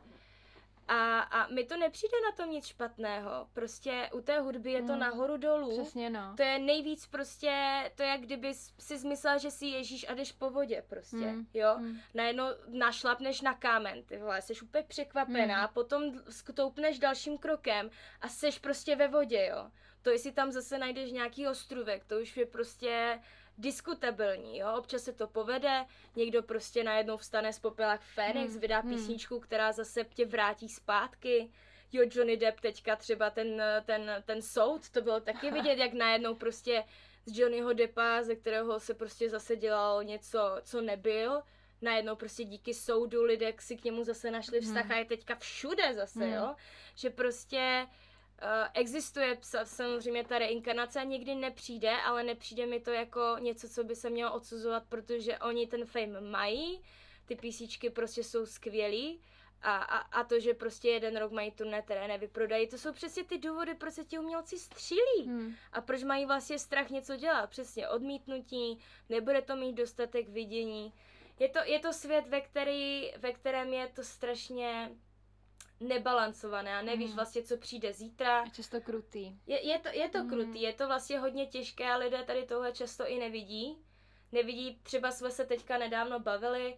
A mi to nepřijde na tom nic špatného. Prostě u té hudby je to nahoru dolů. Přesně, no. To je nejvíc prostě, to je jak kdyby si zmyslela, že si ježíš a jdeš po vodě prostě, jo. Najednou našlapneš na kámen, ty vole, jsi úplně překvapená, potom stoupneš dalším krokem a seš prostě ve vodě, jo. To jestli tam zase najdeš nějaký ostrůvek, to už je prostě diskutabilní, jo, občas se to povede, někdo prostě najednou vstane z popela jak Fénix, vydá písničku, která zase tě vrátí zpátky. Jo, Johnny Depp teďka třeba ten soud, to bylo taky vidět, jak najednou prostě z Johnnyho Deppa, ze kterého se prostě zase dělalo něco, co nebyl, najednou prostě díky soudu lidé si k němu zase našli vztah a je teďka všude zase, jo, že prostě existuje samozřejmě ta reinkarnace a někdy nepřijde, ale nepřijde mi to jako něco, co by se mělo odsuzovat, protože oni ten fame mají, ty písničky prostě jsou skvělý a to, že prostě jeden rok mají turné, které nevyprodají, to jsou přesně ty důvody, proč se ti umělci střílí a proč mají vlastně strach něco dělat, přesně odmítnutí, nebude to mít dostatek vidění. Je to svět, ve kterém je to strašně nebalancované a nevíš vlastně, co přijde zítra. Je často krutý. Je to krutý, je to vlastně hodně těžké a lidé tady tohle často i nevidí, třeba jsme se teďka nedávno bavili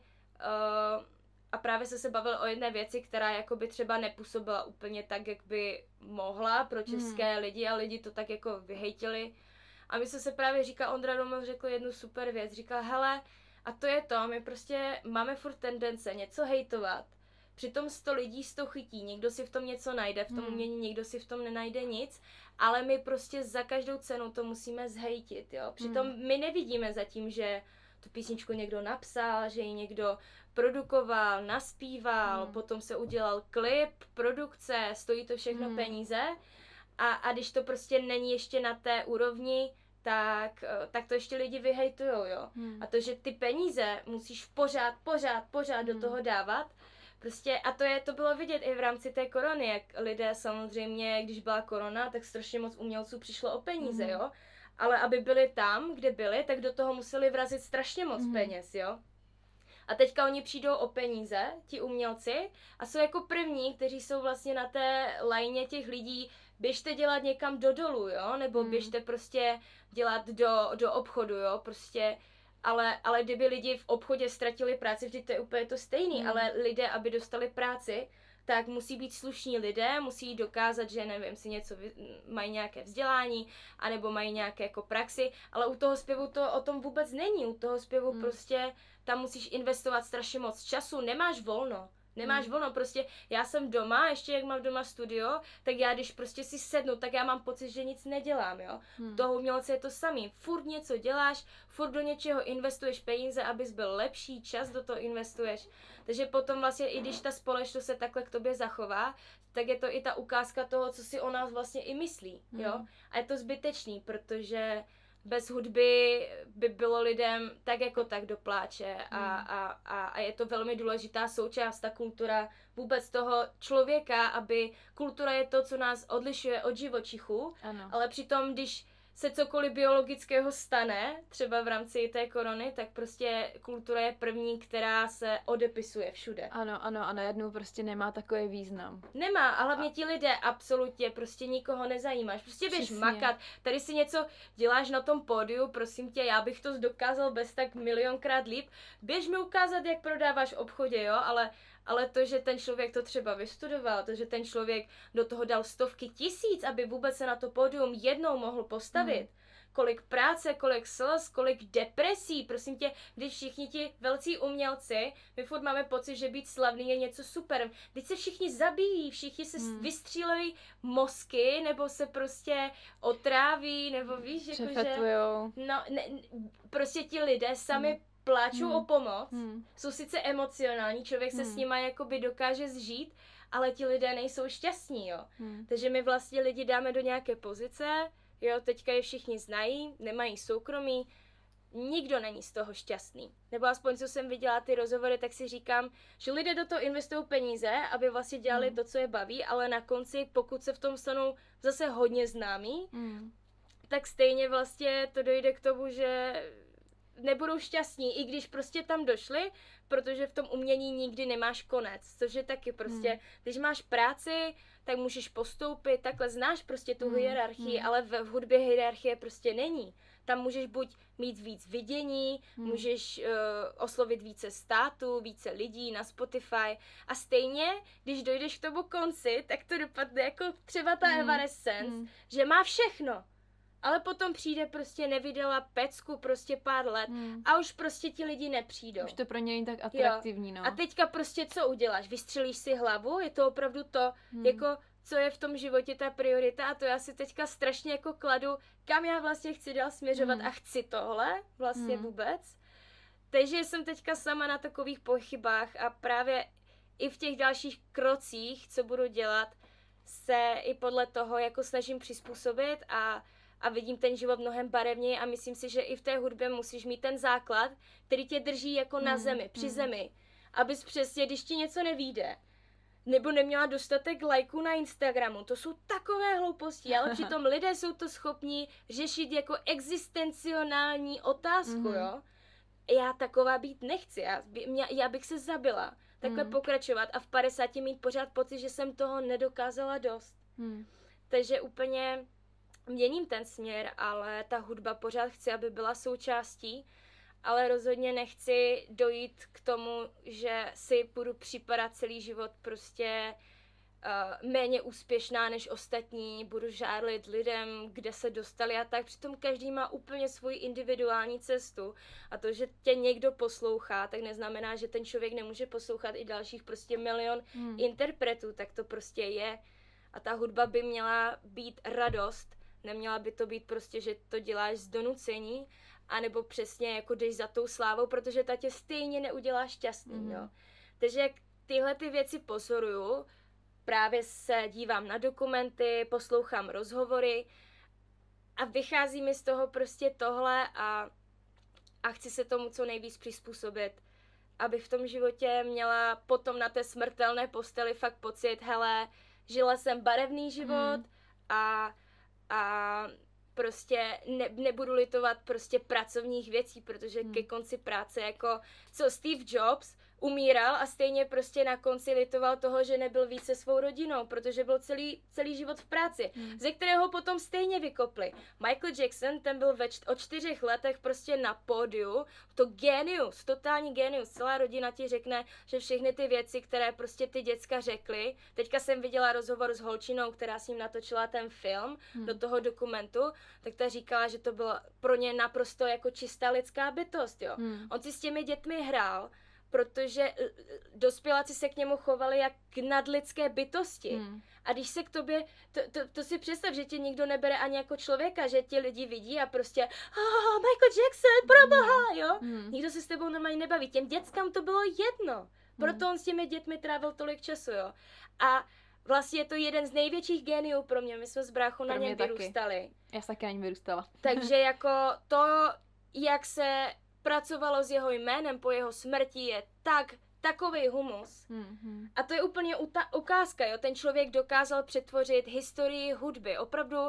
a právě se bavili o jedné věci, která jakoby třeba nepůsobila úplně tak, jak by mohla pro české lidi a lidi to tak jako vyhejtili. A my se právě říkal, Ondra Domov řekl jednu super věc, říkal, hele, a to je to, my prostě máme furt tendence něco hejtovat, přitom 100 lidí 100 chytí, někdo si v tom něco najde, v tom umění, někdo si v tom nenajde nic, ale my prostě za každou cenu to musíme zhejtit, jo. Přitom my nevidíme zatím, že tu písničku někdo napsal, že ji někdo produkoval, naspíval, potom se udělal klip, produkce, stojí to všechno peníze a když to prostě není ještě na té úrovni, tak to ještě lidi vyhejtujou, jo. A to, že ty peníze musíš pořád do toho dávat, prostě a to bylo vidět i v rámci té korony, jak lidé samozřejmě, když byla korona, tak strašně moc umělců přišlo o peníze, jo. Ale aby byli tam, kde byli, tak do toho museli vrazit strašně moc peněz, jo. A teďka oni přijdou o peníze, ti umělci, a jsou jako první, kteří jsou vlastně na té lajně těch lidí, běžte dělat někam do dolu, jo, nebo běžte prostě dělat do obchodu, jo, prostě, ale kdyby lidi v obchodě ztratili práci, vždyť to je úplně to stejný, ale lidé, aby dostali práci, tak musí být slušní lidé, musí dokázat, že nevím, si něco mají nějaké vzdělání, anebo mají nějaké jako praxi, ale u toho zpěvu to o tom vůbec není, u toho zpěvu prostě tam musíš investovat strašně moc času, nemáš volno, prostě já jsem doma, ještě jak mám doma studio, tak já když prostě si sednu, tak já mám pocit, že nic nedělám, jo. Toho umělce je to samý, furt něco děláš, furt do něčeho investuješ peníze, abys byl lepší, čas do toho investuješ, takže potom vlastně i když ta společnost se takhle k tobě zachová, tak je to i ta ukázka toho, co si o nás vlastně i myslí, jo. A je to zbytečný, protože bez hudby by bylo lidem tak jako tak do pláče a je to velmi důležitá součást, ta kultura vůbec toho člověka, aby kultura je to, co nás odlišuje od živočichů, ale přitom, když se cokoliv biologického stane, třeba v rámci té korony, tak prostě kultura je první, která se odepisuje všude. Ano, a najednou prostě nemá takový význam. Nemá, a hlavně ti lidé absolutně prostě nikoho nezajímáš. Prostě běž makat, tady si něco děláš na tom pódiu, prosím tě, já bych to dokázal bez tak milionkrát líp. Běž mi ukázat, jak prodáváš v obchodě, jo, ale to, že ten člověk to třeba vystudoval, to, že ten člověk do toho dal stovky tisíc, aby vůbec se na to pódium jednou mohl postavit, kolik práce, kolik slz, kolik depresí, prosím tě, když všichni ti velcí umělci, my furt máme pocit, že být slavný je něco super, když se všichni zabíjí, všichni se vystřílejí mozky, nebo se prostě otráví, nebo víš, jakože... No, prostě ti lidé sami pláčou o pomoc, jsou sice emocionální, člověk se s nima jakoby dokáže zžít, ale ti lidé nejsou šťastní, jo. Takže my vlastně lidi dáme do nějaké pozice, jo, teďka je všichni znají, nemají soukromí, nikdo není z toho šťastný. Nebo aspoň, co jsem viděla ty rozhovory, tak si říkám, že lidé do toho investují peníze, aby vlastně dělali to, co je baví, ale na konci, pokud se v tom stanou zase hodně známí, tak stejně vlastně to dojde k tomu, že nebudou šťastní, i když prostě tam došli, protože v tom umění nikdy nemáš konec, což je taky prostě, když máš práci, tak můžeš postoupit, takhle znáš prostě tu hierarchii, ale v hudbě hierarchie prostě není. Tam můžeš buď mít víc vidění, můžeš oslovit více států, více lidí na Spotify a stejně, když dojdeš k tomu konci, tak to dopadne jako třeba ta Evanescence, že má všechno. Ale potom přijde prostě nevydala pecku prostě pár let a už prostě ti lidi nepřijdou. Už to pro ně není tak atraktivní, no. A teďka prostě co uděláš? Vystřelíš si hlavu? Je to opravdu to, jako co je v tom životě ta priorita a to já si teďka strašně jako kladu, kam já vlastně chci dál směřovat a chci tohle vlastně vůbec. Takže jsem teďka sama na takových pochybách a právě i v těch dalších krocích, co budu dělat, se i podle toho jako snažím přizpůsobit a vidím ten život mnohem barevněji a myslím si, že i v té hudbě musíš mít ten základ, který tě drží jako na zemi, při zemi. Abys přesně, když ti něco nevyjde, nebo neměla dostatek lajků na Instagramu, to jsou takové hlouposti, ale přitom lidé jsou to schopni řešit jako existencionální otázku, jo. já taková být nechci, já bych se zabila. Takhle pokračovat a v 50 mít pořád pocit, že jsem toho nedokázala dost. Takže úplně měním ten směr, ale ta hudba pořád chci, aby byla součástí, ale rozhodně nechci dojít k tomu, že si budu připadat celý život prostě méně úspěšná než ostatní, budu žárlit lidem, kde se dostali a tak. Přitom každý má úplně svoji individuální cestu a to, že tě někdo poslouchá, tak neznamená, že ten člověk nemůže poslouchat i dalších prostě milion interpretů, tak to prostě je. A ta hudba by měla být radost, neměla by to být prostě, že to děláš z donucení, anebo přesně jako jdeš za tou slávou, protože ta tě stejně neudělá šťastný, jo. Takže jak tyhle ty věci pozoruju, právě se dívám na dokumenty, poslouchám rozhovory a vychází mi z toho prostě tohle a chci se tomu co nejvíc přizpůsobit, aby v tom životě měla potom na té smrtelné posteli fakt pocit, hele, žila jsem barevný život a prostě nebudu litovat prostě pracovních věcí, protože ke konci práce jako co Steve Jobs umíral a stejně prostě na konci litoval toho, že nebyl více svou rodinou, protože byl celý život v práci, ze kterého potom stejně vykopli. Michael Jackson, ten byl o 4 letech prostě na pódiu, to genius, totální genius, celá rodina ti řekne, že všechny ty věci, které prostě ty děcka řekly, teďka jsem viděla rozhovor s holčinou, která s ním natočila ten film do toho dokumentu, tak ta říkala, že to bylo pro ně naprosto jako čistá lidská bytost, jo. On si s těmi dětmi hrál, protože dospěláci se k němu chovali jak k nadlidské bytosti. A když se k tobě, to si představ, že tě nikdo nebere ani jako člověka, že ti lidi vidí a prostě Michael Jackson, proboha, jo? Nikdo se s tebou normálně nebaví. Těm dětskám to bylo jedno. Proto on s těmi dětmi trávil tolik času, jo? A vlastně je to jeden z největších géniů pro mě. My jsme s bráchou na něm vyrůstali. Já jsem taky na něm vyrůstala. Takže jako to, jak se pracovalo s jeho jménem po jeho smrti, je takovej humus. A to je úplně ukázka, jo. Ten člověk dokázal přetvořit historii hudby.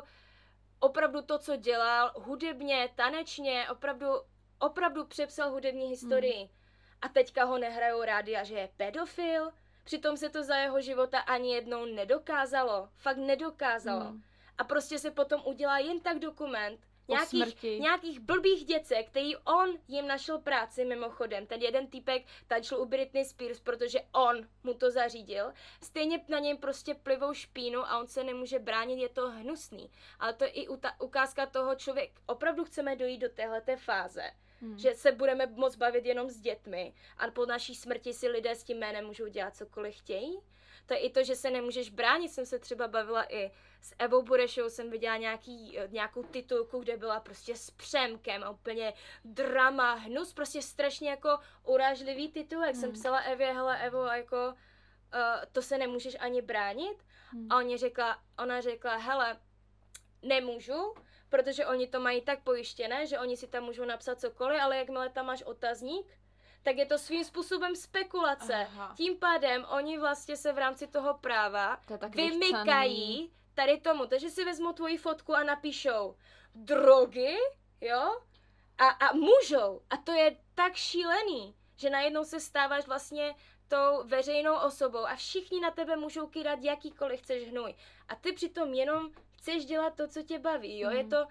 Opravdu to, co dělal hudebně, tanečně, opravdu přepsal hudební historii. A teďka ho nehrajou rádia, že je pedofil. Přitom se to za jeho života ani jednou nedokázalo. Fakt nedokázalo. A prostě se potom udělá jen tak dokument, nějakých blbých děcek, který on jim našel práci mimochodem. Ten jeden týpek tančil u Britney Spears, protože on mu to zařídil. Stejně na něm prostě plivou špínu a on se nemůže bránit, je to hnusný. Ale to je i ukázka toho, člověk opravdu chceme dojít do téhleté fáze. Že se budeme moc bavit jenom s dětmi a po naší smrti si lidé s tím jménem můžou dělat cokoliv chtějí. To je i to, že se nemůžeš bránit. Jsem se třeba bavila i s Evou Burešovou, jsem viděla nějakou titulku, kde byla prostě s Přemkem a úplně drama, hnus, prostě strašně jako urážlivý titulek. Jsem psala Evě, hele Evo, jako to se nemůžeš ani bránit. A ona řekla, hele, nemůžu, protože oni to mají tak pojištěné, že oni si tam můžou napsat cokoliv, ale jakmile tam máš otazník, tak je to svým způsobem spekulace. Aha. Tím pádem oni vlastně se v rámci toho práva vymykají tady tomu. Takže si vezmou tvoji fotku a napíšou drogy, jo? A můžou. A to je tak šílený, že najednou se stáváš vlastně tou veřejnou osobou a všichni na tebe můžou kydat jakýkoliv chceš hnůj. A ty přitom jenom chceš dělat to, co tě baví, jo? Je to...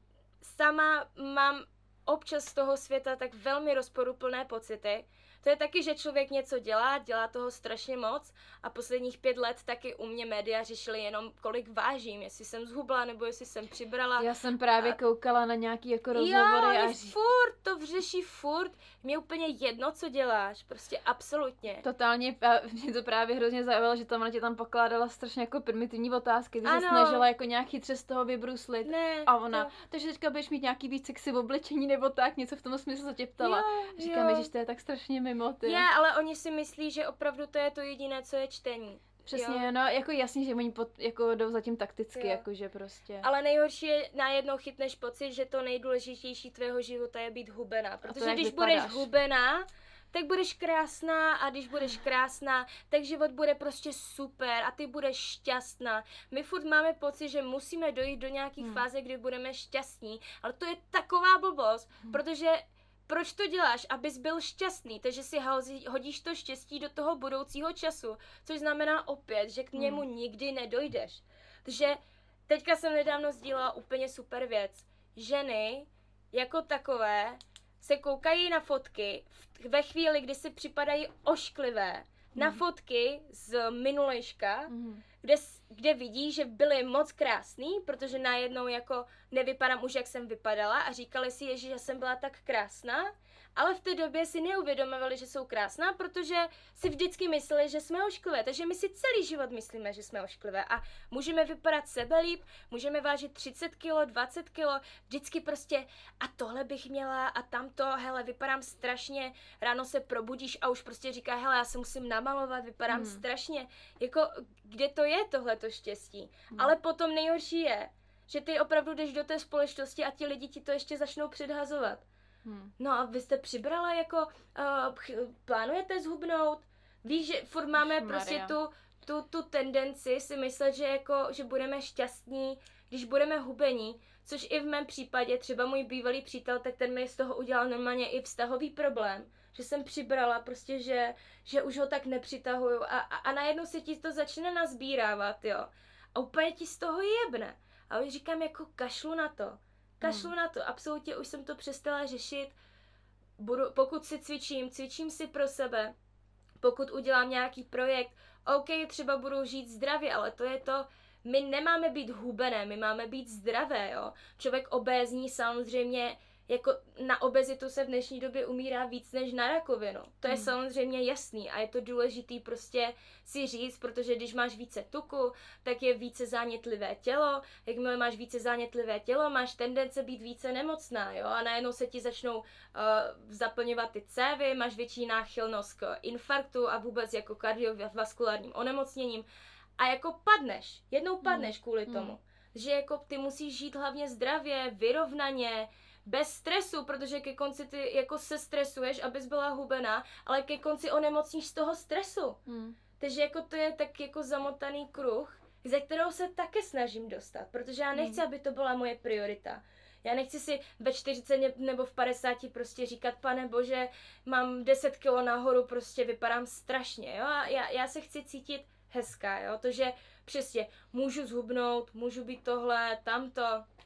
Sama mám občas z toho světa tak velmi rozporuplné pocity. To je taky, že člověk něco dělá toho strašně moc a posledních 5 let taky u mě média řešily jenom, kolik vážím, jestli jsem zhubla nebo jestli jsem přibrala. Já jsem právě koukala na nějaký jako rozhovory a furt, to řeší furt. Mě úplně jedno, co děláš, prostě absolutně. Totálně, mě to právě hrozně zajímalo, že tam ona tě tam pokládala strašně jako primitivní otázky, ty se snažila jako nějak chytře z toho vybruslit. Ne, a ona, takže teďka budeš mít nějaký víc sexy v oblečení nebo tak, něco v tom smyslu se tě ptala. Říkám, že to je tak strašně mimo ty. Je, ale oni si myslí, že opravdu to je to jediné, co je čtení. Přesně, jo. No jako jasně, že oni jako jdou zatím takticky, jakože prostě. Ale nejhorší je najednou chytneš pocit, že to nejdůležitější tvého života je být hubená. Protože když budeš hubená, tak budeš krásná a když budeš krásná, tak život bude prostě super a ty budeš šťastná. My furt máme pocit, že musíme dojít do nějakých fáze, kdy budeme šťastní, ale to je taková blbost, protože proč to děláš? Abys byl šťastný, takže si hodíš to štěstí do toho budoucího času, což znamená opět, že k němu nikdy nedojdeš. Takže teďka jsem nedávno sdílela úplně super věc. Ženy jako takové se koukají na fotky ve chvíli, kdy si připadají ošklivé, na fotky z minulejška, kde vidí, že byly moc krásný, protože najednou jako nevypadám už, jak jsem vypadala a říkali si, že jsem byla tak krásná, ale v té době si neuvědomovali, že jsou krásná, protože si vždycky mysleli, že jsme ošklivé. Takže my si celý život myslíme, že jsme ošklivé a můžeme vypadat sebelíp, můžeme vážit 30 kg, 20 kg, vždycky prostě a tohle bych měla a tamto, hele, vypadám strašně, ráno se probudíš a už prostě říká, hele, já se musím namalovat, vypadám strašně. Jako, kde to je tohleto štěstí? Ale potom nejhorší je, že ty opravdu jdeš do té společnosti a ti lidi ti to ještě začnou předhazovat. No a vy jste přibrala jako, plánujete zhubnout? Víš, že furt máme prostě tu tendenci si myslet, že jako, že budeme šťastní, když budeme hubení, což i v mém případě, třeba můj bývalý přítel, tak ten mi z toho udělal normálně i vztahový problém, že jsem přibrala prostě, že už ho tak nepřitahuju a najednou se ti to začne nazbírávat, jo. A úplně ti z toho jebne. A už říkám jako kašlu na to, absolutně už jsem to přestala řešit, pokud si cvičím si pro sebe, pokud udělám nějaký projekt, OK, třeba budu žít zdravě, ale to je to, my nemáme být hubené, my máme být zdravé, jo. Člověk obézní samozřejmě, jako na obezitu se v dnešní době umírá víc než na rakovinu. To je samozřejmě jasný a je to důležitý prostě si říct, protože když máš více tuku, tak je více zánětlivé tělo. Jakmile máš více zánětlivé tělo, máš tendence být více nemocná, jo? A najednou se ti začnou zaplňovat ty cévy, máš větší náchylnost k infarktu a vůbec jako kardiovaskulárním onemocněním. A jako jednou padneš kvůli tomu. Že jako ty musíš žít hlavně zdravě, vyrovnaně, bez stresu, protože ke konci ty jako se stresuješ, abys byla hubená, ale ke konci onemocníš z toho stresu. Takže jako to je tak jako zamotaný kruh, ze kterého se také snažím dostat, protože já nechci, aby to byla moje priorita. Já nechci si ve 40 nebo v 50 prostě říkat, pane bože, mám 10 kilo nahoru, prostě vypadám strašně, jo, a já se chci cítit hezká, jo, to, že přesně můžu zhubnout, můžu být tohle, tamto,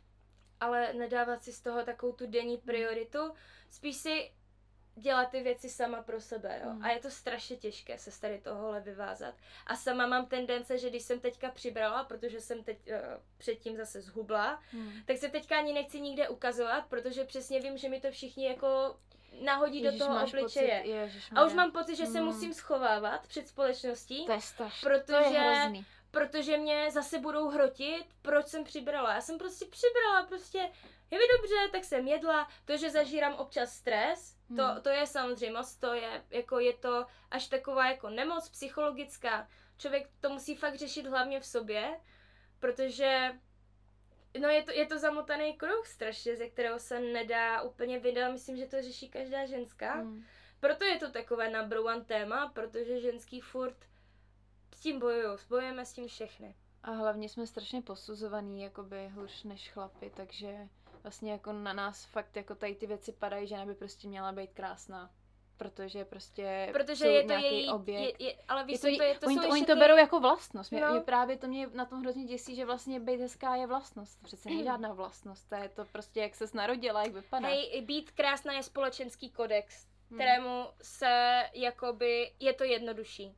ale nedávat si z toho takovou tu denní prioritu, spíš si dělat ty věci sama pro sebe, jo. A je to strašně těžké se z tady tohohle vyvázat. A sama mám tendence, že když jsem teďka přibrala, protože jsem teď předtím zase zhubla, tak se teďka ani nechci nikde ukazovat, protože přesně vím, že mi to všichni jako nahodí do toho obličeje. A už mám pocit, že se musím schovávat před společností, to je strašný, to je hrozný. Protože mě zase budou hrotit, proč jsem přibrala. Já jsem prostě přibrala, je mi dobře, tak jsem jedla. To, že zažírám občas stres, to je samozřejmost, je to až taková jako nemoc psychologická. Člověk to musí fakt řešit hlavně v sobě, protože no je to zamotaný kruh strašně, ze kterého se nedá úplně vydat. Myslím, že to řeší každá ženská. Proto je to takové number one téma, protože ženský furt s tím bojujeme s tím všechny. A hlavně jsme strašně posuzovaný, jakoby hůř než chlapi, takže vlastně jako na nás fakt jako tady ty věci padají, že by prostě měla být krásná. Protože je to nějaký objekt. Ale víš, oni to berou jako vlastnost. Mě právě to mě na tom hrozně děsí, že vlastně být hezká je vlastnost. To přece není žádná vlastnost. To je to prostě, jak ses narodila, jak vypadáš. Hej, být krásná je společenský kodex, kterému se jakoby, je to jednodušší.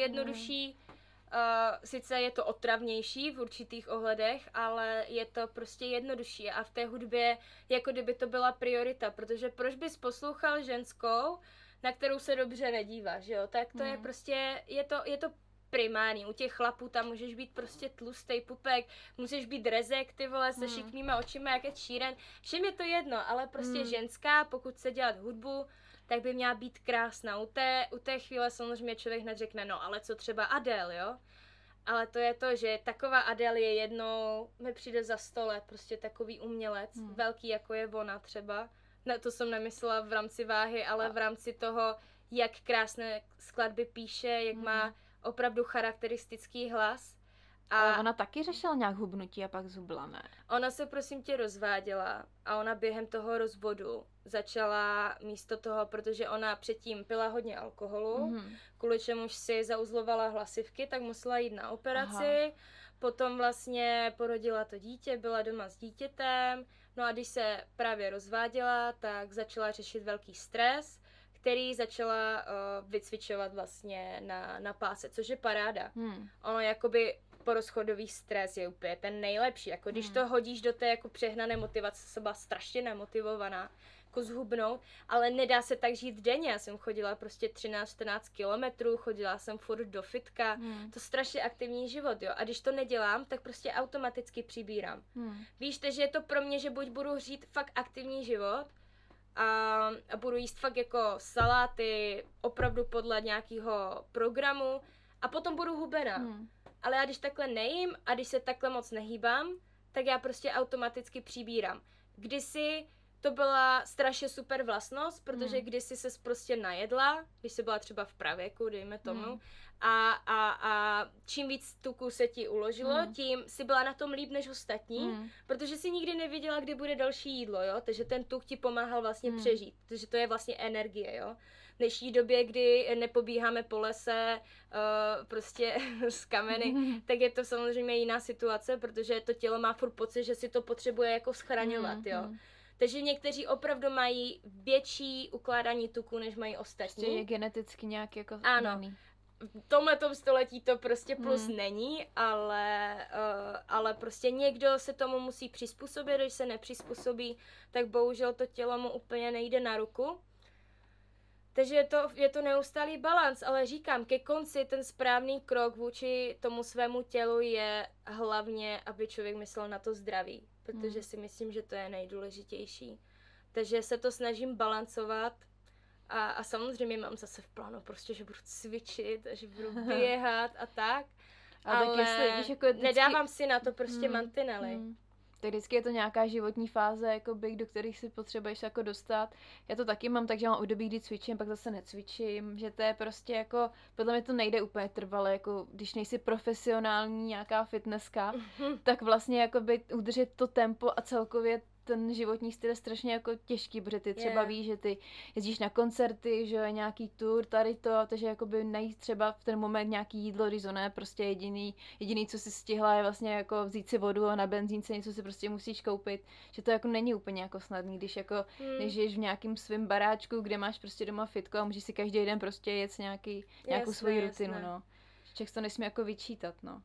Sice je to otravnější v určitých ohledech, ale je to prostě jednodušší a v té hudbě jako kdyby to byla priorita, protože proč bys poslouchal ženskou, na kterou se dobře nedíváš, jo, tak to je prostě, je to primární, u těch chlapů tam můžeš být prostě tlustej pupek, můžeš být rezek, ty vole, se šikmýma očima, jak je Sheeran, všem je to jedno, ale prostě ženská, pokud chce dělat hudbu, tak by měla být krásná. U té chvíle samozřejmě člověk hned řekne, no ale co třeba Adele, jo? Ale to je to, že taková Adele je jednou, mi přijde za 100 let, prostě takový umělec, velký jako je ona třeba. No, to jsem nemyslela v rámci váhy, ale v rámci toho, jak krásné skladby píše, jak má opravdu charakteristický hlas. Ale ona taky řešila nějak hubnutí a pak zhubla, ne? Ona se prosím tě rozváděla a ona během toho rozvodu začala místo toho, protože ona předtím pila hodně alkoholu, kvůli čemuž si zauzlovala hlasivky, tak musela jít na operaci, potom vlastně porodila to dítě, byla doma s dítětem, no a když se právě rozváděla, tak začala řešit velký stres, který začala vycvičovat vlastně na páse, což je paráda. Ono jakoby porozchodový stres je úplně ten nejlepší, jako když to hodíš do té jako přehnané motivace, jsem byla strašně nemotivovaná, jako zhubnout, ale nedá se tak žít denně, já jsem chodila prostě 13-14 kilometrů, chodila jsem furt do fitka, to strašně aktivní život, jo, a když to nedělám, tak prostě automaticky přibírám. Víš, že je to pro mě, že buď budu žít fakt aktivní život, a budu jíst fakt jako saláty, opravdu podle nějakého programu a potom budu hubená. Ale já když takhle nejím a když se takhle moc nehýbám, tak já prostě automaticky přibírám. Kdysi to byla strašně super vlastnost, protože kdysi ses prostě najedla, když jsi byla třeba v pravěku, dejme tomu, a čím víc tuku se ti uložilo, tím si byla na tom líp než ostatní, protože si nikdy nevěděla, kdy bude další jídlo, jo, takže ten tuk ti pomáhal vlastně přežít, protože to je vlastně energie, jo. V dnešní době, kdy nepobíháme po lese prostě z kameny, tak je to samozřejmě jiná situace, protože to tělo má furt pocit, že si to potřebuje jako schraňovat, jo. Takže někteří opravdu mají větší ukládání tuku, než mají ostatní. Prostě je geneticky nějak jako daný. V tomhletom století to prostě plus není, ale prostě někdo se tomu musí přizpůsobit, když se nepřizpůsobí, tak bohužel to tělo mu úplně nejde na ruku. Takže je to neustálý balanc, ale říkám, ke konci ten správný krok vůči tomu svému tělu je hlavně, aby člověk myslel na to zdraví, protože si myslím, že to je nejdůležitější. Takže se to snažím balancovat a samozřejmě mám zase v plánu prostě, že budu cvičit a že budu běhat a tak, ale tak jestli, jako nedávám si na to prostě mantinely. Tak vždycky je to nějaká životní fáze, jakoby, do kterých si potřebuješ jako dostat. Já to taky mám, takže mám období, kdy cvičím, pak zase necvičím, že to je prostě jako, podle mě to nejde úplně trvale, jako když nejsi profesionální nějaká fitnesska, tak vlastně jakoby udržet to tempo a celkově ten životní styl je strašně jako těžký, protože ty třeba víš, že ty jezdíš na koncerty, že je nějaký tour, tady to, takže jakoby najít třeba v ten moment nějaký jídlo, když to ne, prostě jediný, co si stihla, je vlastně jako vzít si vodu a na benzínce něco si prostě musíš koupit, že to jako není úplně jako snadný, když jako nežiješ v nějakým svým baráčku, kde máš prostě doma fitko a můžeš si každý den prostě jet nějakou svoji rutinu, no. Člověk to nesmí jako vyčítat, no.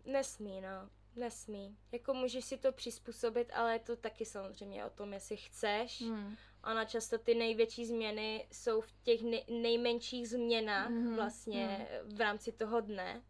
Nesmí. Jako můžeš si to přizpůsobit, ale je to taky samozřejmě o tom, jestli chceš. Ona často ty největší změny jsou v těch nejmenších změnách vlastně v rámci toho dne.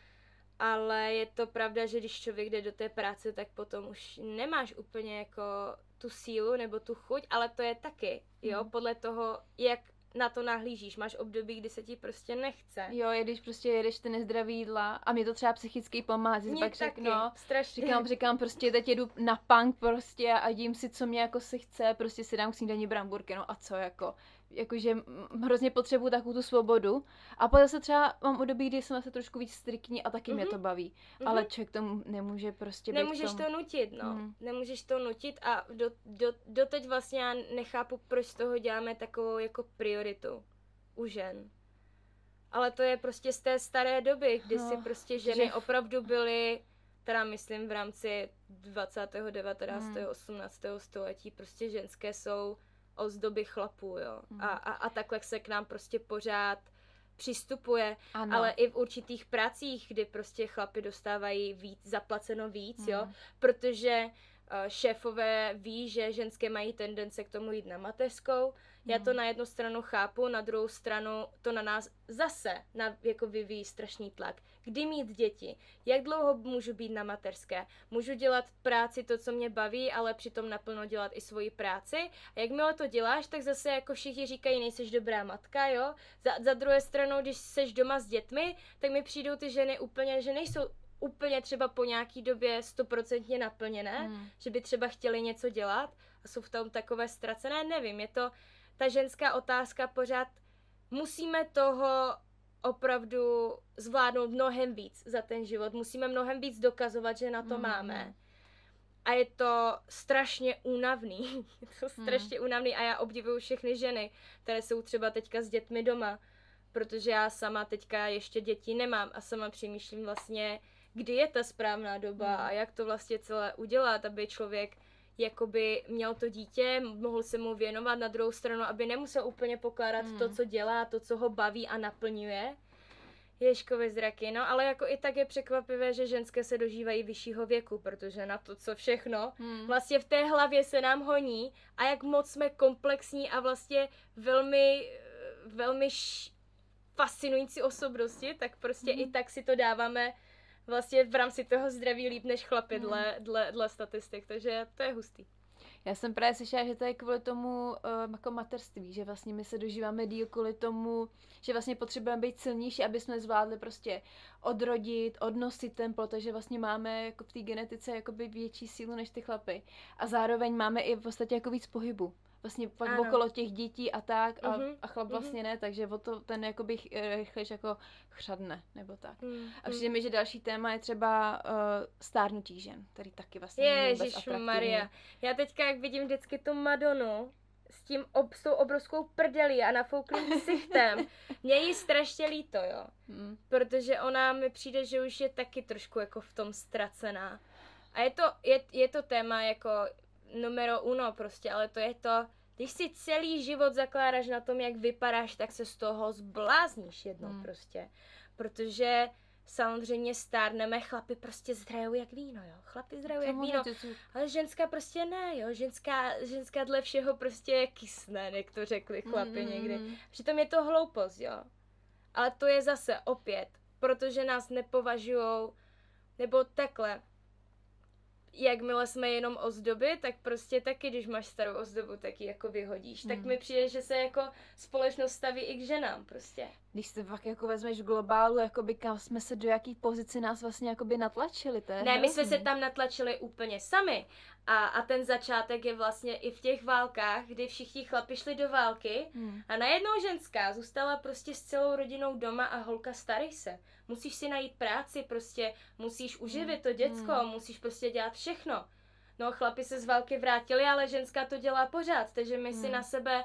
Ale je to pravda, že když člověk jde do té práce, tak potom už nemáš úplně jako tu sílu nebo tu chuť, ale to je taky, jo, podle toho, jak na to nahlížíš. Máš období, kdy se ti prostě nechce. Jo, když prostě jedeš ty nezdravý jídla a mě to třeba psychicky pomáhá. Mně taky, strašně. Říkám prostě teď jedu na punk prostě a jím si, co mě jako se chce, prostě si dám k snídani bramburky, no a co jako. Jakože hrozně potřebuju takovou tu svobodu a potom se třeba mám období, kdy jsem se trošku víc striktní a taky mě to baví, ale člověk tomu nemůže prostě Nemůžeš to nutit, no. Nemůžeš to nutit a doteď vlastně já nechápu, proč z toho děláme takovou jako prioritu u žen. Ale to je prostě z té staré doby, kdy si prostě ženy opravdu byly, teda myslím v rámci 20., 19., 18. století, prostě ženské jsou ozdoby chlapů, jo. A takhle se k nám prostě pořád přistupuje, ale i v určitých pracích, kdy prostě chlapi dostávají zaplaceno víc, jo, protože šéfové ví, že ženské mají tendence k tomu jít na mateřskou. Já to na jednu stranu chápu, na druhou stranu to na nás zase jako vyvíjí strašný tlak. Kdy mít děti? Jak dlouho můžu být na mateřské? Můžu dělat práci to, co mě baví, ale přitom naplno dělat i svoji práci? A jakmile to děláš, tak zase jako všichni říkají, nejseš dobrá matka, jo? Za druhé stranu, když seš doma s dětmi, tak mi přijdou ty ženy úplně, že nejsou úplně třeba po nějaký době 100% naplněné, že by třeba chtěli něco dělat a jsou v tom takové ztracené, nevím, je to ta ženská otázka pořád, musíme toho opravdu zvládnout mnohem víc za ten život. Musíme mnohem víc dokazovat, že na to máme. A je to strašně únavný. Je to strašně únavný a já obdivuju všechny ženy, které jsou třeba teďka s dětmi doma, protože já sama teďka ještě děti nemám a sama přemýšlím vlastně, kdy je ta správná doba a jak to vlastně celé udělat, aby člověk jakoby měl to dítě, mohl se mu věnovat na druhou stranu, aby nemusel úplně pokládat to, co dělá, to, co ho baví a naplňuje. Ježkovi zraky, no, ale jako i tak je překvapivé, že ženské se dožívají vyššího věku, protože na to, co všechno vlastně v té hlavě se nám honí a jak moc jsme komplexní a vlastně velmi, velmi fascinující osobnosti, tak prostě i tak si to dáváme vlastně v rámci toho zdraví líp než chlapi dle statistik, takže to je hustý. Já jsem právě slyšela, že to je kvůli tomu jako mateřství, že vlastně my se dožíváme díl kvůli tomu, že vlastně potřebujeme být silnější, aby jsme zvládli prostě odrodit, odnosit ten plod, takže vlastně máme jako v té genetice jakoby větší sílu než ty chlapy. A zároveň máme i v podstatě jako víc pohybu. Vlastně pak okolo těch dětí a tak a chlap vlastně ne, takže o to ten jakoby rychlejš jako chřadne, nebo tak. A přijde mi, že další téma je třeba stárnutí žen, který taky vlastně není vůbec atraktivní. Maria. Já teďka, jak vidím vždycky tu Madonu s tou obrovskou prdelí a nafouklým ksichtem, mě jí strašně líto, jo. Protože ona mi přijde, že už je taky trošku jako v tom ztracená. A je to téma jako numero uno prostě, ale to je to, když si celý život zakládáš na tom, jak vypadáš, tak se z toho zblázníš jednou prostě. Protože samozřejmě stárneme, chlapi prostě zdrajou jak víno, jo. Chlapi zdrajou jak víno, ale ženská prostě ne, jo. Ženská dle všeho prostě kysne, jak to řekli chlapi někdy. Přitom je to hloupost, jo. Ale to je zase opět, protože nás nepovažujou, nebo takhle. Jakmile jsme jenom ozdoby, tak prostě taky, když máš starou ozdobu, tak ji jako vyhodíš. Tak mi přijde, že se jako společnost staví i k ženám prostě. Když se fakt jako vezmeš v globálu, jakoby kam jsme se do jaký pozici nás vlastně jakoby natlačili, to je Ne, my jsme se tam natlačili úplně sami. A ten začátek je vlastně i v těch válkách, kdy všichni chlapi šli do války a najednou ženská zůstala prostě s celou rodinou doma a holka, starej se. Musíš si najít práci, prostě musíš uživit to děcko, musíš prostě dělat všechno. No, chlapi se z války vrátili, ale ženská to dělá pořád, takže my si na sebe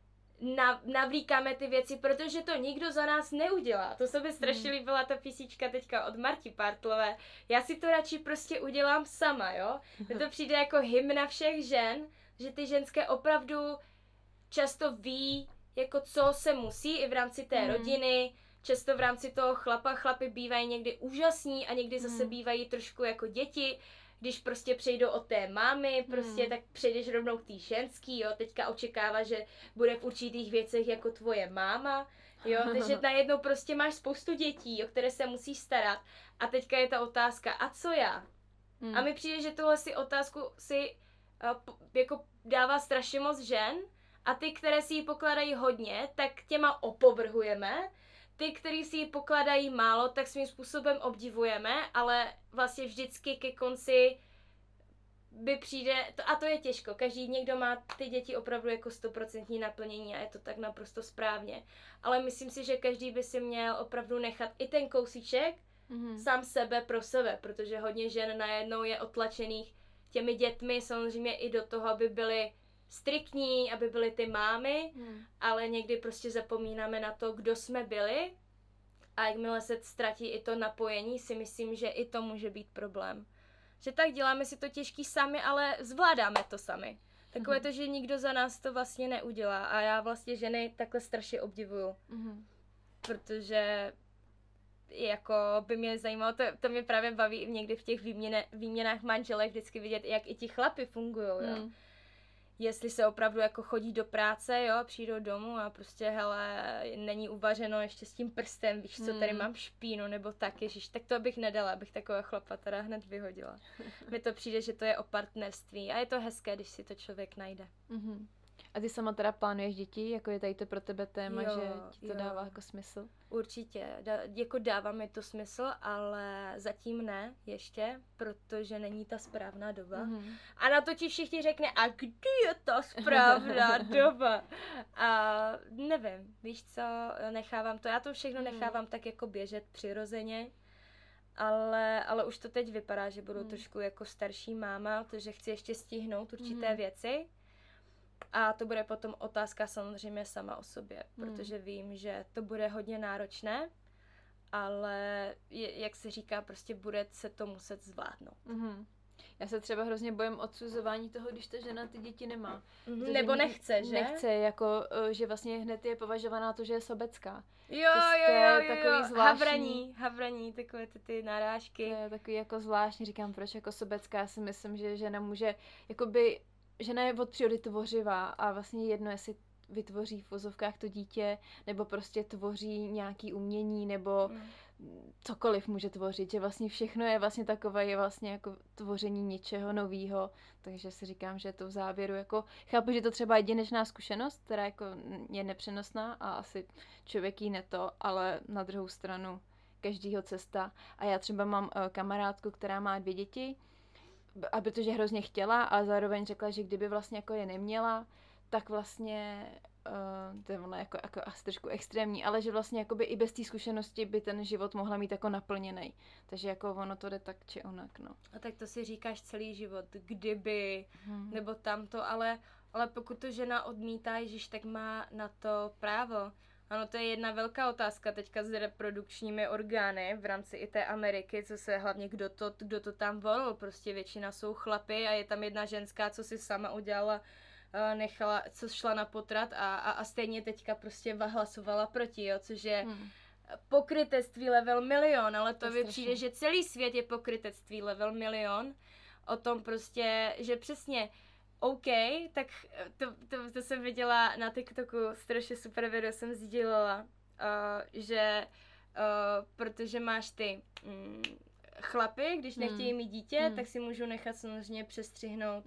navlíkáme ty věci, protože to nikdo za nás neudělá. To se mi strašně líbila ta písnička teďka od Marti Partlové. Já si to radši prostě udělám sama, jo. Mně to přijde jako hymna všech žen, že ty ženské opravdu často ví, jako co se musí i v rámci té rodiny, často v rámci toho chlapi bývají někdy úžasní a někdy zase bývají trošku jako děti. Když prostě přejdou od té mámy, prostě tak přejdeš rovnou k té ženský, jo, teďka očekává, že bude v určitých věcech jako tvoje máma, jo, takže najednou prostě máš spoustu dětí, o které se musíš starat a teďka je ta otázka, a co já? A mi přijde, že tuhle otázku si jako dává strašně moc žen a ty, které si ji pokládají hodně, tak těma opovrhujeme. Ty, kteří si ji pokládají málo, tak svým způsobem obdivujeme, ale vlastně vždycky ke konci by přijde, a to je těžko, někdo má ty děti opravdu jako 100% naplnění a je to tak naprosto správně. Ale myslím si, že každý by si měl opravdu nechat i ten kousíček sám sebe pro sebe, protože hodně žen najednou je otlačených těmi dětmi, samozřejmě i do toho, aby byly striktní, aby byly ty mámy, ale někdy prostě zapomínáme na to, kdo jsme byli a jakmile se ztratí i to napojení, si myslím, že i to může být problém. Že tak děláme si to těžký sami, ale zvládáme to sami. Takové to, že nikdo za nás to vlastně neudělá a já vlastně ženy takhle strašně obdivuju. Protože jako by mě zajímalo, to mě právě baví někdy v těch výměnách manželek vždycky vidět, jak i ti chlapi fungujou, jo. Jestli se opravdu jako chodí do práce, jo, přijdou domů a prostě, hele, není uvařeno ještě s tím prstem, víš co, tady mám špínu, nebo tak, ježiš, tak to bych nedala, abych takového chlapa teda hned vyhodila. Mně to přijde, že to je o partnerství a je to hezké, když si to člověk najde. A ty sama teda plánuješ děti? Jako je tady to pro tebe téma, že ti to dává jako smysl? Určitě. Jako dává mi to smysl, ale zatím ne ještě, protože není ta správná doba. A na to ti všichni řekne, a kdy je ta správná doba? A nevím, víš co, nechávám to. Já to všechno nechávám tak jako běžet přirozeně. Ale už to teď vypadá, že budu trošku jako starší máma, protože chci ještě stihnout určité věci. A to bude potom otázka samozřejmě sama o sobě, protože vím, že to bude hodně náročné, ale jak se říká, prostě bude se to muset zvládnout. Já se třeba hrozně bojím odsuzování toho, když ta žena ty děti nemá. Nebo nechce, že? Nechce, jako, že vlastně hned je považovaná to, že je sobecká. Jo, takový zvláštní. Havraní, takové ty narážky. To je takový jako zvláštní, říkám, proč jako sobecká, já si myslím, že žena může, jakoby, žena je od přírody tvořivá a vlastně jedno, jestli vytvoří v vozovkách to dítě, nebo prostě tvoří nějaký umění, nebo cokoliv může tvořit, že vlastně všechno je vlastně takové, je vlastně jako tvoření něčeho novýho, takže si říkám, že to v závěru jako, chápu, že to třeba jedinečná zkušenost, která jako je nepřenosná a asi člověk jí neto, ale na druhou stranu každýho cesta. A já třeba mám kamarádku, která má 2 děti, a protože hrozně chtěla, ale zároveň řekla, že kdyby vlastně jako je neměla, tak vlastně to je ono jako asi trošku extrémní, ale že vlastně jakoby i bez té zkušenosti by ten život mohla mít jako naplněnej. Takže jako ono to jde tak či onak, no. A tak to si říkáš celý život, kdyby, nebo tamto, ale pokud to žena odmítá, ježiš, tak má na to právo. Ano, to je jedna velká otázka teďka s reprodukčními orgány v rámci i té Ameriky, co se hlavně kdo to tam volil, prostě většina jsou chlapy a je tam jedna ženská, co si sama udělala, nechala, co šla na potrat a stejně teďka prostě hlasovala proti, jo, což je pokrytectví level 1 milion, ale to mi přijde, že celý svět je pokrytectví level 1 milion, o tom prostě, že přesně OK, tak to jsem viděla na TikToku, strašně super video jsem sdílela, že protože máš ty chlapy, když nechtějí mít dítě, tak si můžou nechat samozřejmě přestřihnout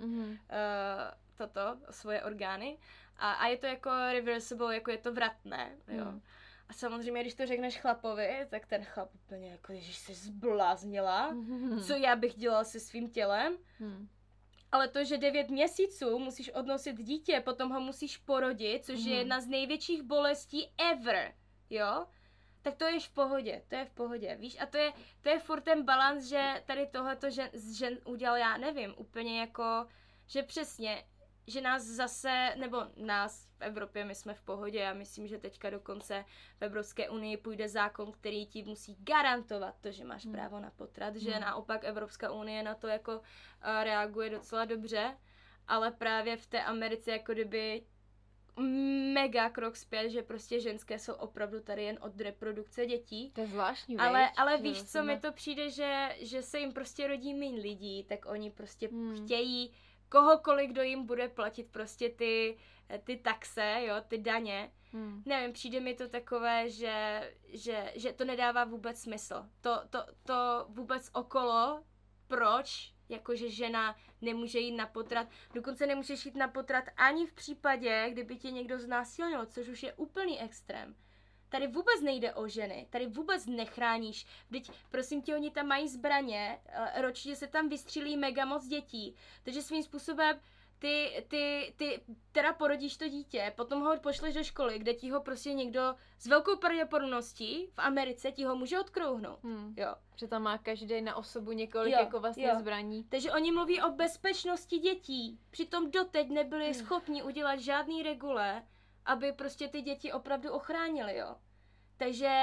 svoje orgány a je to jako reversible, jako je to vratné, jo. A samozřejmě, když to řekneš chlapovi, tak ten chlap úplně jako, ježiš, jsi zbláznila, co já bych dělala se svým tělem. Ale to, že 9 měsíců musíš odnosit dítě, potom ho musíš porodit, což je jedna z největších bolestí ever, jo? Tak to je v pohodě, víš? A to je furt ten balans, že tady tohleto žen udělal, já nevím, úplně jako, že přesně, že nás zase, nebo nás v Evropě, my jsme v pohodě a myslím, že teďka dokonce v Evropské unii půjde zákon, který ti musí garantovat to, že máš právo na potrat, že naopak Evropská unie na to jako reaguje docela dobře, ale právě v té Americe jako kdyby mega krok zpět, že prostě ženské jsou opravdu tady jen od reprodukce dětí. To je zvláštní, ale víš, co mi to přijde, že se jim prostě rodí méně lidí, tak oni prostě chtějí kohokoliv, kdo jim bude platit prostě ty taxe, jo, ty daně. Nevím, přijde mi to takové, že to nedává vůbec smysl. To vůbec okolo, proč, jakože žena nemůže jít na potrat. Dokonce nemůžeš jít na potrat ani v případě, kdyby tě někdo znásilnil, což už je úplný extrém. Tady vůbec nejde o ženy, tady vůbec nechráníš. Vždyť, prosím tě, oni tam mají zbraně, ročně se tam vystřílí mega moc dětí, takže svým způsobem ty teda porodíš to dítě, potom ho pošleš do školy, kde ti ho prostě někdo s velkou pravděpodobností v Americe ti ho může odkrouhnout, jo. Že tam má každý na osobu několik jako vlastně zbraní. Takže oni mluví o bezpečnosti dětí, přitom doteď nebyli schopni udělat žádný regule, aby prostě ty děti opravdu ochránili, jo. Takže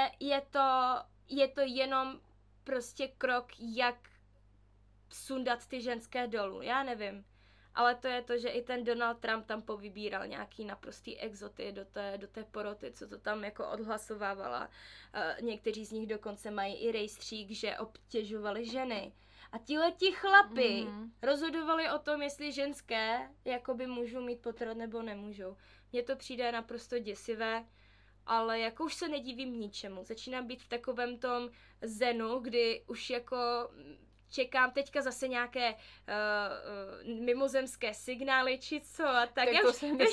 je to jenom prostě krok, jak sundat ty ženské dolů, já nevím. Ale to je to, že i ten Donald Trump tam povybíral nějaký naprostý exoty do té poroty, co to tam jako odhlasovávala. Někteří z nich dokonce mají i rejstřík, že obtěžovali ženy. A tihleti chlapi rozhodovali o tom, jestli ženské jakoby můžou mít potrat nebo nemůžou. Mně to přijde naprosto děsivé, ale jako už se nedivím ničemu. Začínám být v takovém tom zenu, kdy už jako čekám teďka zase nějaké mimozemské signály, či co a tak. Já už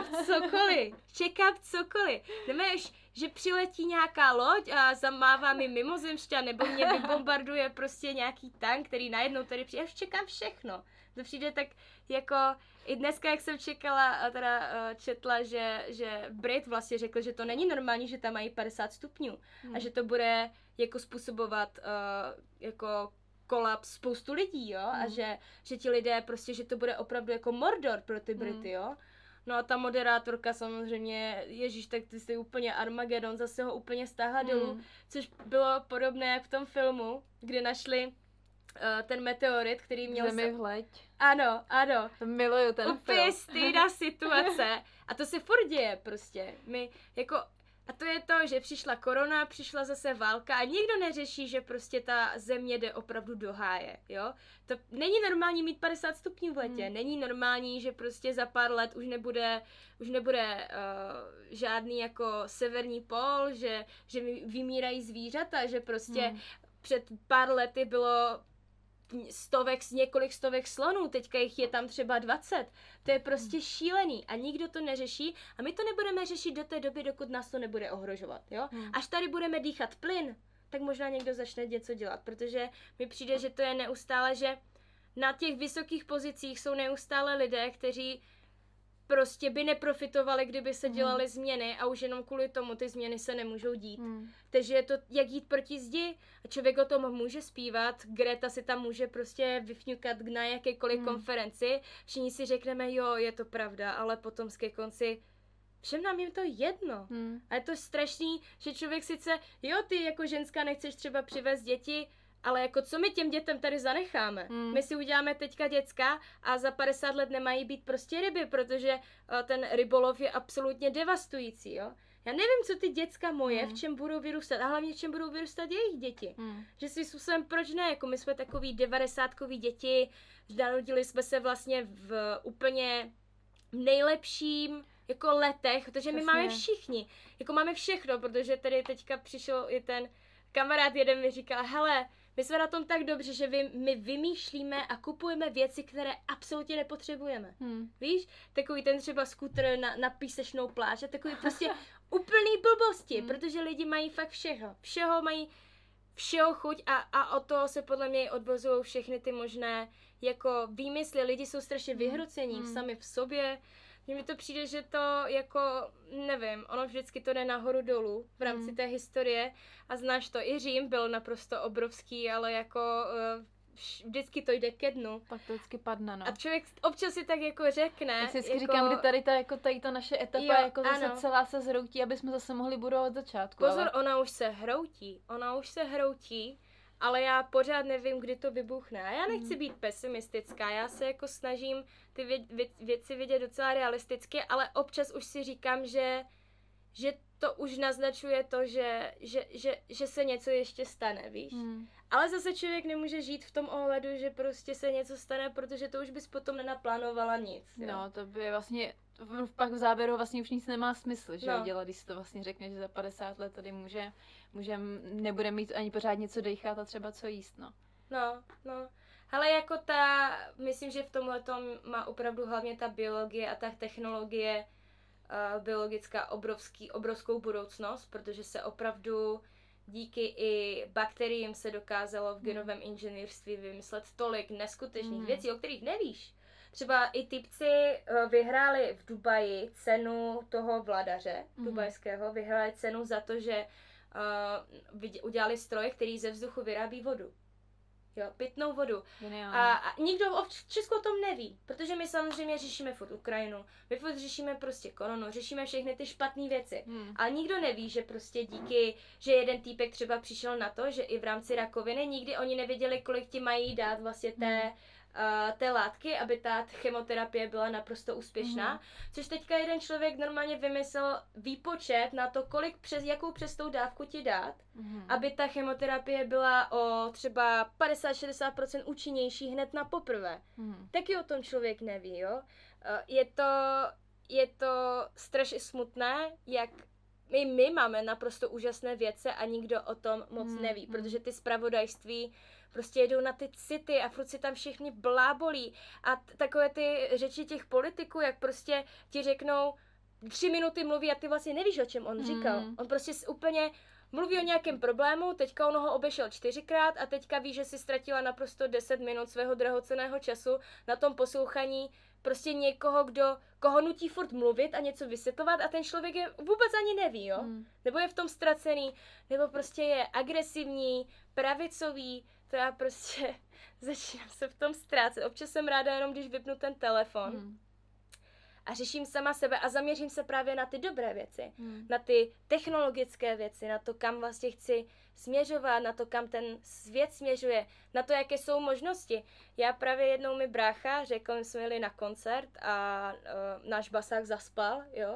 čekám cokoliv. Nemáš, že přiletí nějaká loď a zamává mi mimozemšťan, nebo mě vybombarduje prostě nějaký tank, který najednou tady přijde. Já už čekám všechno. To přijde tak jako i dneska, jak jsem čekala a teda četla, že Brit vlastně řekl, že to není normální, že tam mají 50 stupňů a že to bude jako způsobovat jako kolaps spoustu lidí, jo, a že ti lidé prostě, že to bude opravdu jako Mordor pro ty Brity, jo. No a ta moderátorka samozřejmě, ježíš, tak ty jsi úplně Armageddon, zase ho úplně stáhla dolů, což bylo podobné jak v tom filmu, kdy našli ten meteorit, který měl... Zemi vleď. Ano. Miluju ten film. Úplně stejná situace. A to se furt děje prostě. My jako... A to je to, že přišla korona, přišla zase válka a nikdo neřeší, že prostě ta země jde opravdu do háje, jo. To není normální mít 50 stupňů v letě, není normální, že prostě za pár let už nebude žádný jako severní pól, že vymírají zvířata, že prostě před pár lety bylo několik stovek slonů, teďka jich je tam třeba 20. To je prostě šílený a nikdo to neřeší a my to nebudeme řešit do té doby, dokud nás to nebude ohrožovat, jo? Až tady budeme dýchat plyn, tak možná někdo začne něco dělat, protože mi přijde, že to je neustále, že na těch vysokých pozicích jsou neustále lidé, kteří prostě by neprofitovali, kdyby se dělaly změny a už jenom kvůli tomu ty změny se nemůžou dít. Takže je to jak jít proti zdi a člověk o tom může zpívat, Greta si tam může prostě vyfňukat na jakékoliv konferenci, všichni si řekneme, jo, je to pravda, ale potom ke konci všem nám je to jedno. A je to strašný, že člověk sice, jo, ty jako ženská nechceš třeba přivést děti, ale jako co my těm dětem tady zanecháme? My si uděláme teďka děcka a za 50 let nemají být prostě ryby, protože ten rybolov je absolutně devastující, jo? Já nevím, co ty děcka moje, v čem budou vyrůstat a hlavně v čem budou vyrůstat jejich děti. Že si způsobem, proč ne? Jako my jsme takový 90kový děti, narodili jsme se vlastně v úplně nejlepším jako letech, protože my máme všichni, jako máme všechno, protože tady teďka přišel i ten kamarád jeden mi říkal, hele, my jsme na tom tak dobře, že my vymýšlíme a kupujeme věci, které absolutně nepotřebujeme. Víš? Takový ten třeba skútr na písečnou pláž a takový prostě úplný blbosti, protože lidi mají fakt všeho mají všeho chuť a od toho se podle mě odvozují všechny ty možné jako výmysly. Lidi jsou strašně vyhrocení sami v sobě. Mně mi to přijde, že to jako, nevím, ono vždycky to jde nahoru dolů v rámci té historie a znáš to, i Řím byl naprosto obrovský, ale jako vždycky to jde ke dnu. Pak to vždycky padne, no. A člověk občas si tak jako řekne. Já si vždycky říkám, kdy tady ta naše etapa jako zase celá se zhroutí, aby jsme zase mohli budovat od začátku. Pozor, ale... ona už se hroutí, ale já pořád nevím, kdy to vybuchne. A já nechci být pesimistická, já se jako snažím ty věci vidět docela realisticky, ale občas už si říkám, že to už naznačuje to, že se něco ještě stane, víš? Ale zase člověk nemůže žít v tom ohledu, že prostě se něco stane, protože to už bys potom nenaplánovala nic. Jo? No, to by vlastně, pak v závěru vlastně už nic nemá smysl, že dělat, když si to vlastně řekne, že za 50 let tady nebude mít ani pořád něco dechat a třeba co jíst, no. No. Ale jako myslím, že v tomhletom má opravdu hlavně ta biologie a ta technologie biologická obrovskou budoucnost, protože se opravdu díky i bakteriím se dokázalo v genovém inženýrství vymyslet tolik neskutečných věcí, o kterých nevíš. Třeba i typci vyhráli v Dubaji cenu toho vladaře dubajského, vyhráli cenu za to, že udělali stroj, který ze vzduchu vyrábí vodu. Jo, pitnou vodu. A nikdo v Česku o tom neví, protože my samozřejmě řešíme furt Ukrajinu, my furt řešíme prostě koronu, řešíme všechny ty špatné věci. Ale nikdo neví, že prostě díky, že jeden týpek třeba přišel na to, že i v rámci rakoviny nikdy oni nevěděli, kolik ti mají dát vlastně té látky, aby ta chemoterapie byla naprosto úspěšná. Což teďka jeden člověk normálně vymyslel výpočet na to, jakou přestou dávku ti dát, aby ta chemoterapie byla o třeba 50-60% účinnější hned na poprvé. Taky o tom člověk neví, jo. Je to strašně smutné, jak my máme naprosto úžasné věci a nikdo o tom moc neví, protože ty zpravodajství prostě jedou na ty city a furt si tam všichni blábolí a takové ty řeči těch politiků, jak prostě ti řeknou 3 minuty mluví a ty vlastně nevíš, o čem on říkal. On prostě úplně mluví o nějakém problému, teďka on ho obešel 4krát a teďka ví, že si ztratila naprosto 10 minut svého drahocenného času na tom poslouchaní prostě někoho, koho nutí furt mluvit a něco vysvětlovat a ten člověk je vůbec ani neví, jo? Nebo je v tom ztracený, nebo prostě je agresivní, pravicový, to já prostě začínám se v tom ztrácet. Občas jsem ráda jenom, když vypnu ten telefon a řeším sama sebe a zaměřím se právě na ty dobré věci, na ty technologické věci, na to, kam vlastně chci směřovat, na to, kam ten svět směřuje, na to, jaké jsou možnosti. Já právě jednou mi brácha řekl, my jsme jeli na koncert a náš basák zaspal, jo,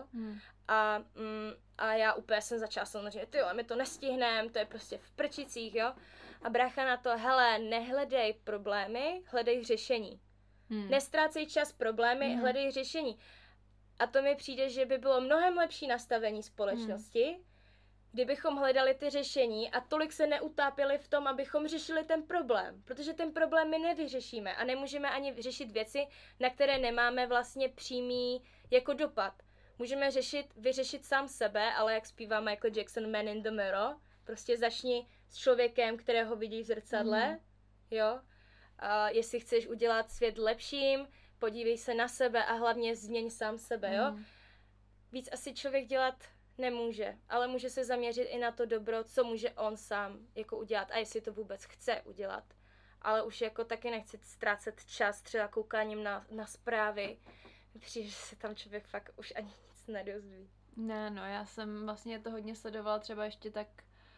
a já úplně jsem začala samozřejmě, tyjo, my to nestihneme, to je prostě v prčicích, jo, a brácha na to, hele, nehledej problémy, hledej řešení. Nestrácej čas problémy, hledej řešení. A to mi přijde, že by bylo mnohem lepší nastavení společnosti, kdybychom hledali ty řešení a tolik se neutápěli v tom, abychom řešili ten problém. Protože ten problém my nevyřešíme a nemůžeme ani řešit věci, na které nemáme vlastně přímý jako dopad. Můžeme vyřešit sám sebe, ale jak zpívá Michael Jackson Man in the Mirror, prostě začni s člověkem, kterého vidíš v zrcadle, jo. Jestli chceš udělat svět lepším, podívej se na sebe a hlavně změň sám sebe, jo. Víc asi člověk dělat nemůže, ale může se zaměřit i na to dobro, co může on sám jako udělat a jestli to vůbec chce udělat. Ale už jako taky nechci ztrácet čas třeba koukáním na zprávy. Přijde, že se tam člověk fakt už ani nic nedozví. Ne, no já jsem vlastně to hodně sledovala třeba ještě tak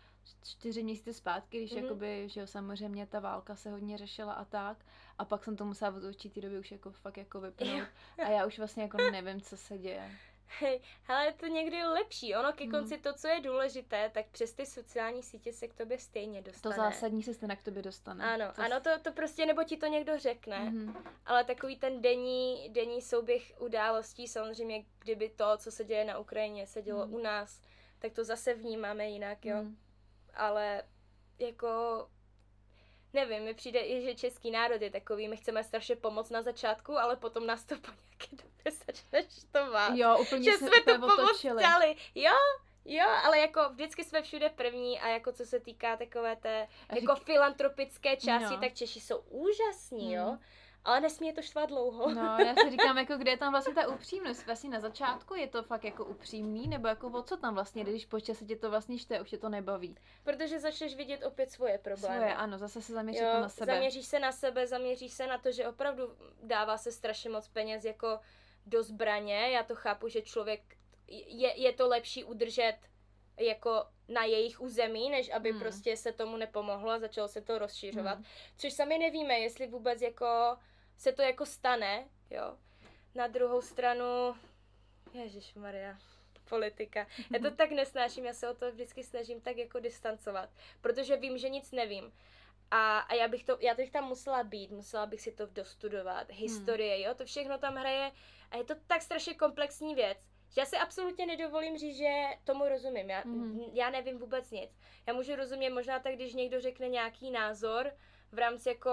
4 měsíce zpátky, když jakoby, že jo, samozřejmě ta válka se hodně řešila a tak. A pak jsem to musela v určitý době už jako fakt jako vypnout. A já už vlastně jako nevím, co se děje. Hej, ale je to někdy lepší. Ono ke konci to, co je důležité, tak přes ty sociální sítě se k tobě stejně dostane. To zásadní se stejně k tobě dostane. Ano, to prostě, nebo ti to někdo řekne. Ale takový ten denní souběh událostí, samozřejmě, kdyby to, co se děje na Ukrajině, se dělo u nás, tak to zase vnímáme jinak, jo. Ale jako nevím, mi přijde i, že český národ je takový, my chceme strašně pomoct na začátku, ale potom nás to po nějaké době začne štovat. Jo, úplně že jsme tu pomoc dali. Jo, ale jako vždycky jsme všude první a jako co se týká takové té jako filantropické části, tak Češi jsou úžasní, jo. Ale nesmí to štvat dlouho. No, já si říkám, jako kde je tam vlastně ta upřímnost? Vlastně na začátku je to fakt jako upřímný, nebo jako o co tam vlastně, když po čase tě to vlastně štve, už tě to nebaví? Protože začneš vidět opět svoje problémy. Ano, zase se zaměříš na sebe. Zaměříš se na sebe, zaměříš se na to, že opravdu dává se strašně moc peněz jako do zbraně. Já to chápu, že člověk, je to lepší udržet jako na jejich území, než aby prostě se tomu nepomohlo a začalo se to rozšiřovat. Což sami nevíme, jestli vůbec jako se to jako stane, jo. Na druhou stranu, ježišmarja, politika. Já to tak nesnáším, já se o to vždycky snažím tak jako distancovat, protože vím, že nic nevím. A já bych tam musela bych si to dostudovat, historie, jo, to všechno tam hraje a je to tak strašně komplexní věc, že já si absolutně nedovolím říct, že tomu rozumím. Já nevím vůbec nic. Já můžu rozumět možná tak, když někdo řekne nějaký názor v rámci jako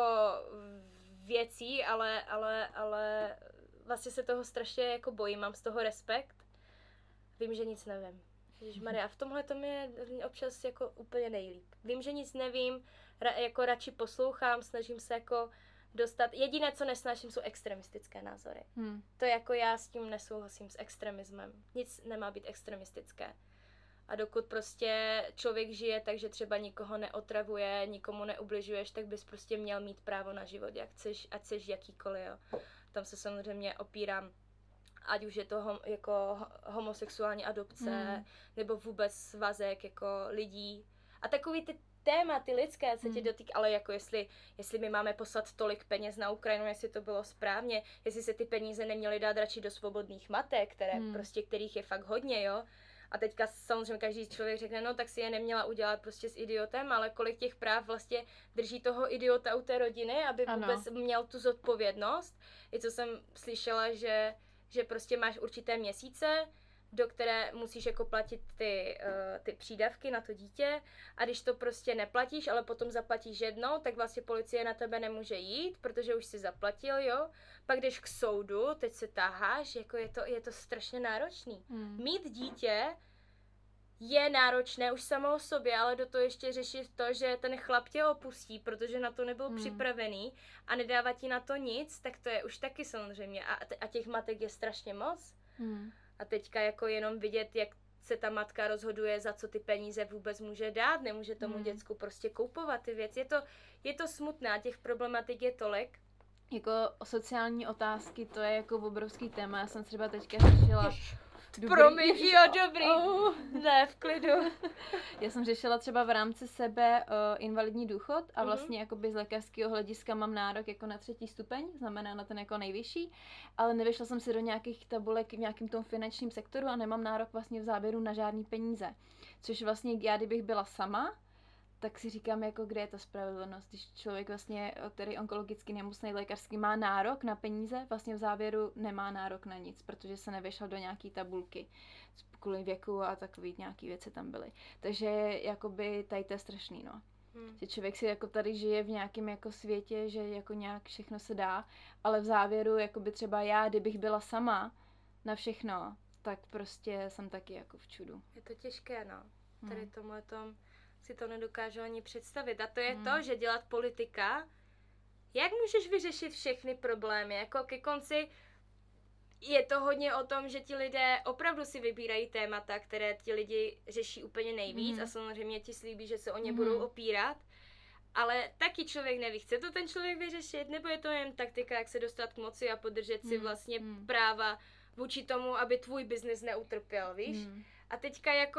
věcí, ale vlastně se toho strašně jako bojím, mám z toho respekt. Vím, že nic nevím. Ježišmarja, a v tomhle to mi je občas jako úplně nejlíp. Vím, že nic nevím, jako radši poslouchám, snažím se jako dostat. Jediné, co nesnáším, jsou extremistické názory. To jako já s tím nesouhlasím, s extremismem. Nic nemá být extremistické. A dokud prostě člověk žije tak, že třeba nikoho neotravuje, nikomu neubližuješ, tak bys prostě měl mít právo na život, ať chceš jakýkoliv, jo. Tam se samozřejmě opírám, ať už je to jako homosexuální adopce, nebo vůbec svazek jako lidí. A takový ty téma, ty lidské se tě dotýká, ale jako jestli my máme poslat tolik peněz na Ukrajinu, jestli to bylo správně, jestli se ty peníze neměly dát radši do svobodných matek, kterých je fakt hodně, jo. A teďka samozřejmě každý člověk řekne, no tak si je neměla udělat prostě s idiotem, ale kolik těch práv vlastně drží toho idiota u té rodiny, aby vůbec měl tu zodpovědnost. I co jsem slyšela, že prostě máš určité měsíce, do které musíš jako platit ty přídavky na to dítě a když to prostě neplatíš, ale potom zaplatíš jednou, tak vlastně policie na tebe nemůže jít, protože už si zaplatil, jo. Pak jdeš k soudu, teď se taháš, jako je to strašně náročný. Mít dítě je náročné už samo o sobě, ale do toho ještě řešit to, že ten chlap tě opustí, protože na to nebyl připravený a nedává ti na to nic, tak to je už taky samozřejmě. A těch matek je strašně moc. A teďka jako jenom vidět, jak se ta matka rozhoduje, za co ty peníze vůbec může dát, nemůže tomu děcku prostě koupovat ty věci. Je to smutné a těch problematik je tolik. Jako sociální otázky, to je jako obrovský téma. Já jsem třeba teďka řešila... Promiň, jo, dobrý. Ne, v klidu. Já jsem řešila třeba v rámci sebe invalidní důchod a vlastně jakoby z lékařského hlediska mám nárok jako na 3. stupeň, znamená na ten jako nejvyšší, ale nevyšla jsem si do nějakých tabulek v nějakém tom finančním sektoru a nemám nárok vlastně v závěru na žádný peníze. Což vlastně já, kdybych byla sama, tak si říkám, jako kde je ta spravedlnost, když člověk vlastně, který onkologicky nemocný lékařský má nárok na peníze, vlastně v závěru nemá nárok na nic, protože se nevyšel do nějaký tabulky kvůli věku a takový nějaký věci tam byly. Takže jakoby tady to je strašný, no. Že člověk si jako tady žije v nějakém jako světě, že jako nějak všechno se dá, ale v závěru jakoby třeba já, kdybych byla sama na všechno, tak prostě jsem taky jako v čudu. Je to těžké, no. Tady tomhletom si to nedokážu ani představit. A to je to, že dělat politika, jak můžeš vyřešit všechny problémy? Jako ke konci je to hodně o tom, že ti lidé opravdu si vybírají témata, které ti lidi řeší úplně nejvíc a samozřejmě ti slíbí, že se o ně budou opírat. Ale taky člověk neví, chce to ten člověk vyřešit, nebo je to jen taktika, jak se dostat k moci a podržet si vlastně práva vůči tomu, aby tvůj biznis neutrpěl, víš? A teďka jako...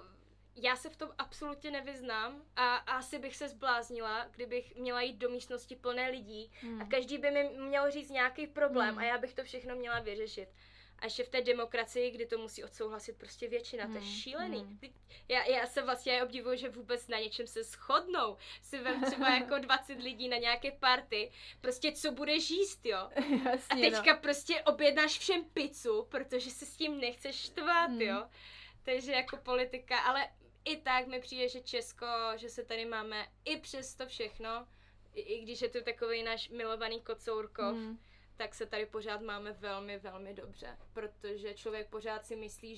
Já se v tom absolutně nevyznám a asi bych se zbláznila, kdybych měla jít do místnosti plné lidí a každý by mi měl říct nějaký problém a já bych to všechno měla vyřešit. A ještě v té demokracii, kdy to musí odsouhlasit prostě většina, to je šílený. Já se vlastně obdivuju, že vůbec na něčem se shodnou. Si vem třeba jako 20 lidí na nějaké party, prostě co budeš jíst, jo. Jasně, a teďka prostě objednáš všem pizzu, protože se s tím nechceš štvát, jo. Takže jako politika, ale i tak mi přijde, že Česko, že se tady máme i přes to všechno, i když je to takový náš milovaný Kocourkov, tak se tady pořád máme velmi, velmi dobře, protože člověk pořád si myslí,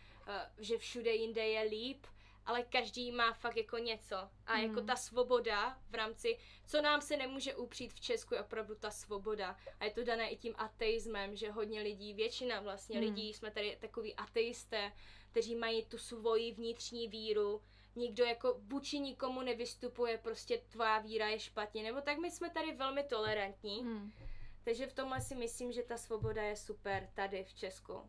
že všude jinde je líp, ale každý má fakt jako něco. A jako ta svoboda v rámci, co nám se nemůže upřít v Česku, je opravdu ta svoboda. A je to dané i tím ateismem, že hodně lidí, většina vlastně lidí, jsme tady takový ateisté, kteří mají tu svoji vnitřní víru, nikdo jako vůči nikomu nevystupuje, prostě tvá víra je špatně, nebo tak my jsme tady velmi tolerantní. Takže v tomhle si myslím, že ta svoboda je super tady v Česku.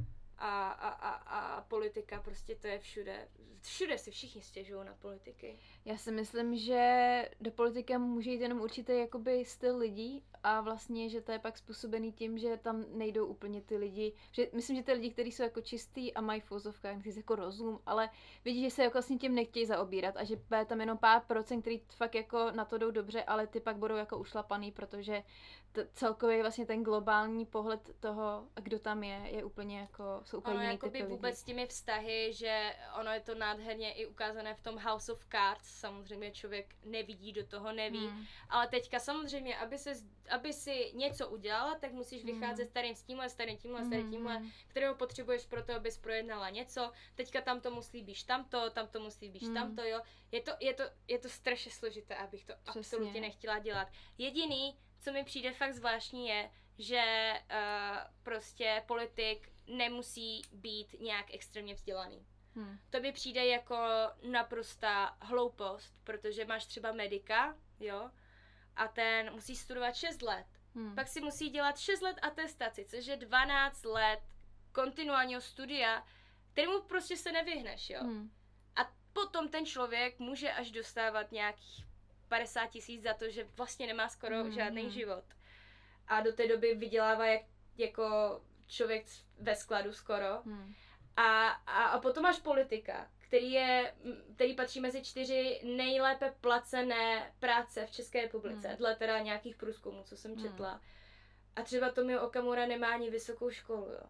A politika prostě to je všude. Všude si všichni stěžují na politiky. Já si myslím, že do politiky může jít jenom určitý jakoby styl lidí a vlastně, že to je pak způsobený tím, že tam nejdou úplně ty lidi, že myslím, že ty lidi, kteří jsou jako čistý a mají v uvozovkách jako rozum, ale vidí, že se jako vlastně tím nechtějí zaobírat a že je tam jenom pár procent, který fakt jako na to jdou dobře, ale ty pak budou jako ušlapaný, protože celkově vlastně ten globální pohled toho, kdo tam je úplně jako, jsou úplně jiný typy lidí. Vůbec s těmi vztahy, že ono je to nádherně i ukázané v tom House of Cards, samozřejmě člověk nevidí, do toho neví, ale teďka samozřejmě, aby si něco udělala, tak musíš vycházet s tímhle, kterého potřebuješ pro to, abys projednala něco, teďka tam tomu slíbíš tamto tomu slíbíš tamto, jo. Je to strašně složité, abych to absolutně nechtěla dělat. Jediný, co mi přijde fakt zvláštní je, že prostě politik nemusí být nějak extrémně vzdělaný. To mi přijde jako naprostá hloupost, protože máš třeba medika, jo, a ten musí studovat 6 let. Pak si musí dělat 6 let atestaci, což je 12 let kontinuálního studia, kterému prostě se nevyhneš, jo. A potom ten člověk může až dostávat nějakých 50 000 za to, že vlastně nemá skoro žádný život. A do té doby vydělává jako člověk ve skladu skoro. A potom máš politika, který patří mezi 4 nejlépe placené práce v České republice, dle teda nějakých průzkumů, co jsem četla. A třeba Tomio Okamura nemá ani vysokou školu, jo.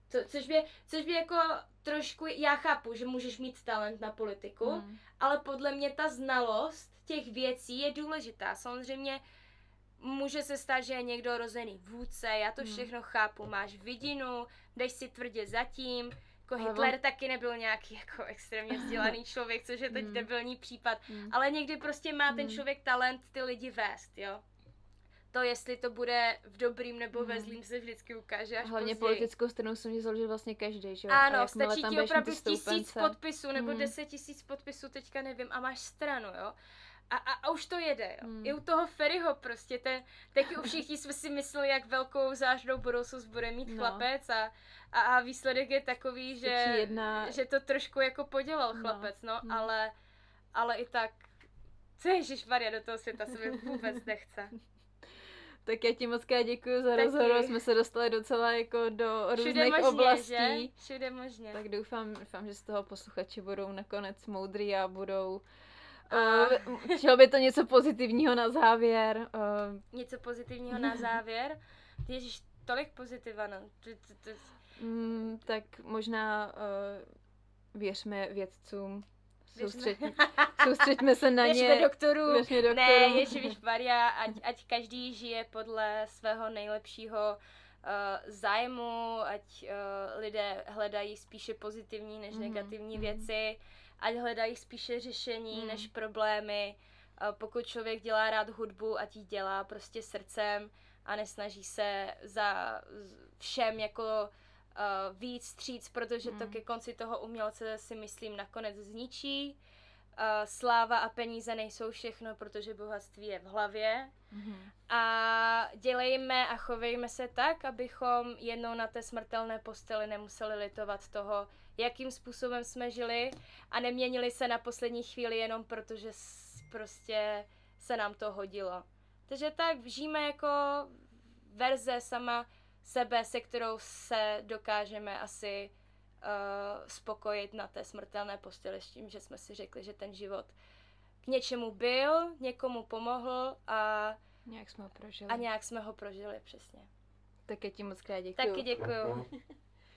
Což by jako trošku, já chápu, že můžeš mít talent na politiku, ale podle mě ta znalost těch věcí je důležitá. Samozřejmě může se stát, že je někdo rozený vůdce, já to všechno chápu, máš vidinu, jdeš si tvrdě zatím, jako Hitler taky nebyl nějaký jako extrémně vzdělaný člověk, což je teď debilní případ, ale někdy prostě má ten člověk talent ty lidi vést, jo. To, jestli to bude v dobrým nebo ve zlým, se vždycky ukáže až hlavně později. politickou stranu se může založit vlastně každý, že jo? Ano, stačí ti opravdu 1000 podpisů nebo 10 000 podpisů, teďka nevím, a máš stranu, jo? A už to jede, jo. I u toho Feriho prostě, taky u všichni jsme si mysleli, jak velkou zářnou budoucnost bude mít chlapec a výsledek je takový, že to trošku jako podělal chlapec, ale i tak, co ježišmarja, do toho světa se mi vůbec nechce. Tak já ti moc děkuji za rozhovor, jsme se dostali docela jako do různých oblastí. Že? Všude možně. Tak doufám, že z toho posluchači budou nakonec moudrý a budou... Chtělo by to něco pozitivního na závěr. Něco pozitivního na závěr? Ježiš, tolik pozitiva, no. Tak možná věřme vědcům. Soustřeďme se na ně. Věřme doktorů. Ne, ježišmarja, ať každý žije podle svého nejlepšího zájmu, ať lidé hledají spíše pozitivní než negativní věci, ať hledají spíše řešení než problémy. Pokud člověk dělá rád hudbu, ať ji dělá prostě srdcem a nesnaží se za všem jako víc stříc, protože to ke konci toho umělce si myslím nakonec zničí. Sláva a peníze nejsou všechno, protože bohatství je v hlavě. A dělejme a chovejme se tak, abychom jednou na té smrtelné posteli nemuseli litovat toho, jakým způsobem jsme žili a neměnili se na poslední chvíli jenom protože prostě se nám to hodilo. Takže tak žijeme jako verze sama sebe, se kterou se dokážeme asi spokojit na té smrtelné posteli s tím, že jsme si řekli, že ten život k něčemu byl, někomu pomohl a nějak jsme ho prožili. A nějak jsme ho prožili, přesně. Tak já ti moc krát děkuju. Taky děkuju.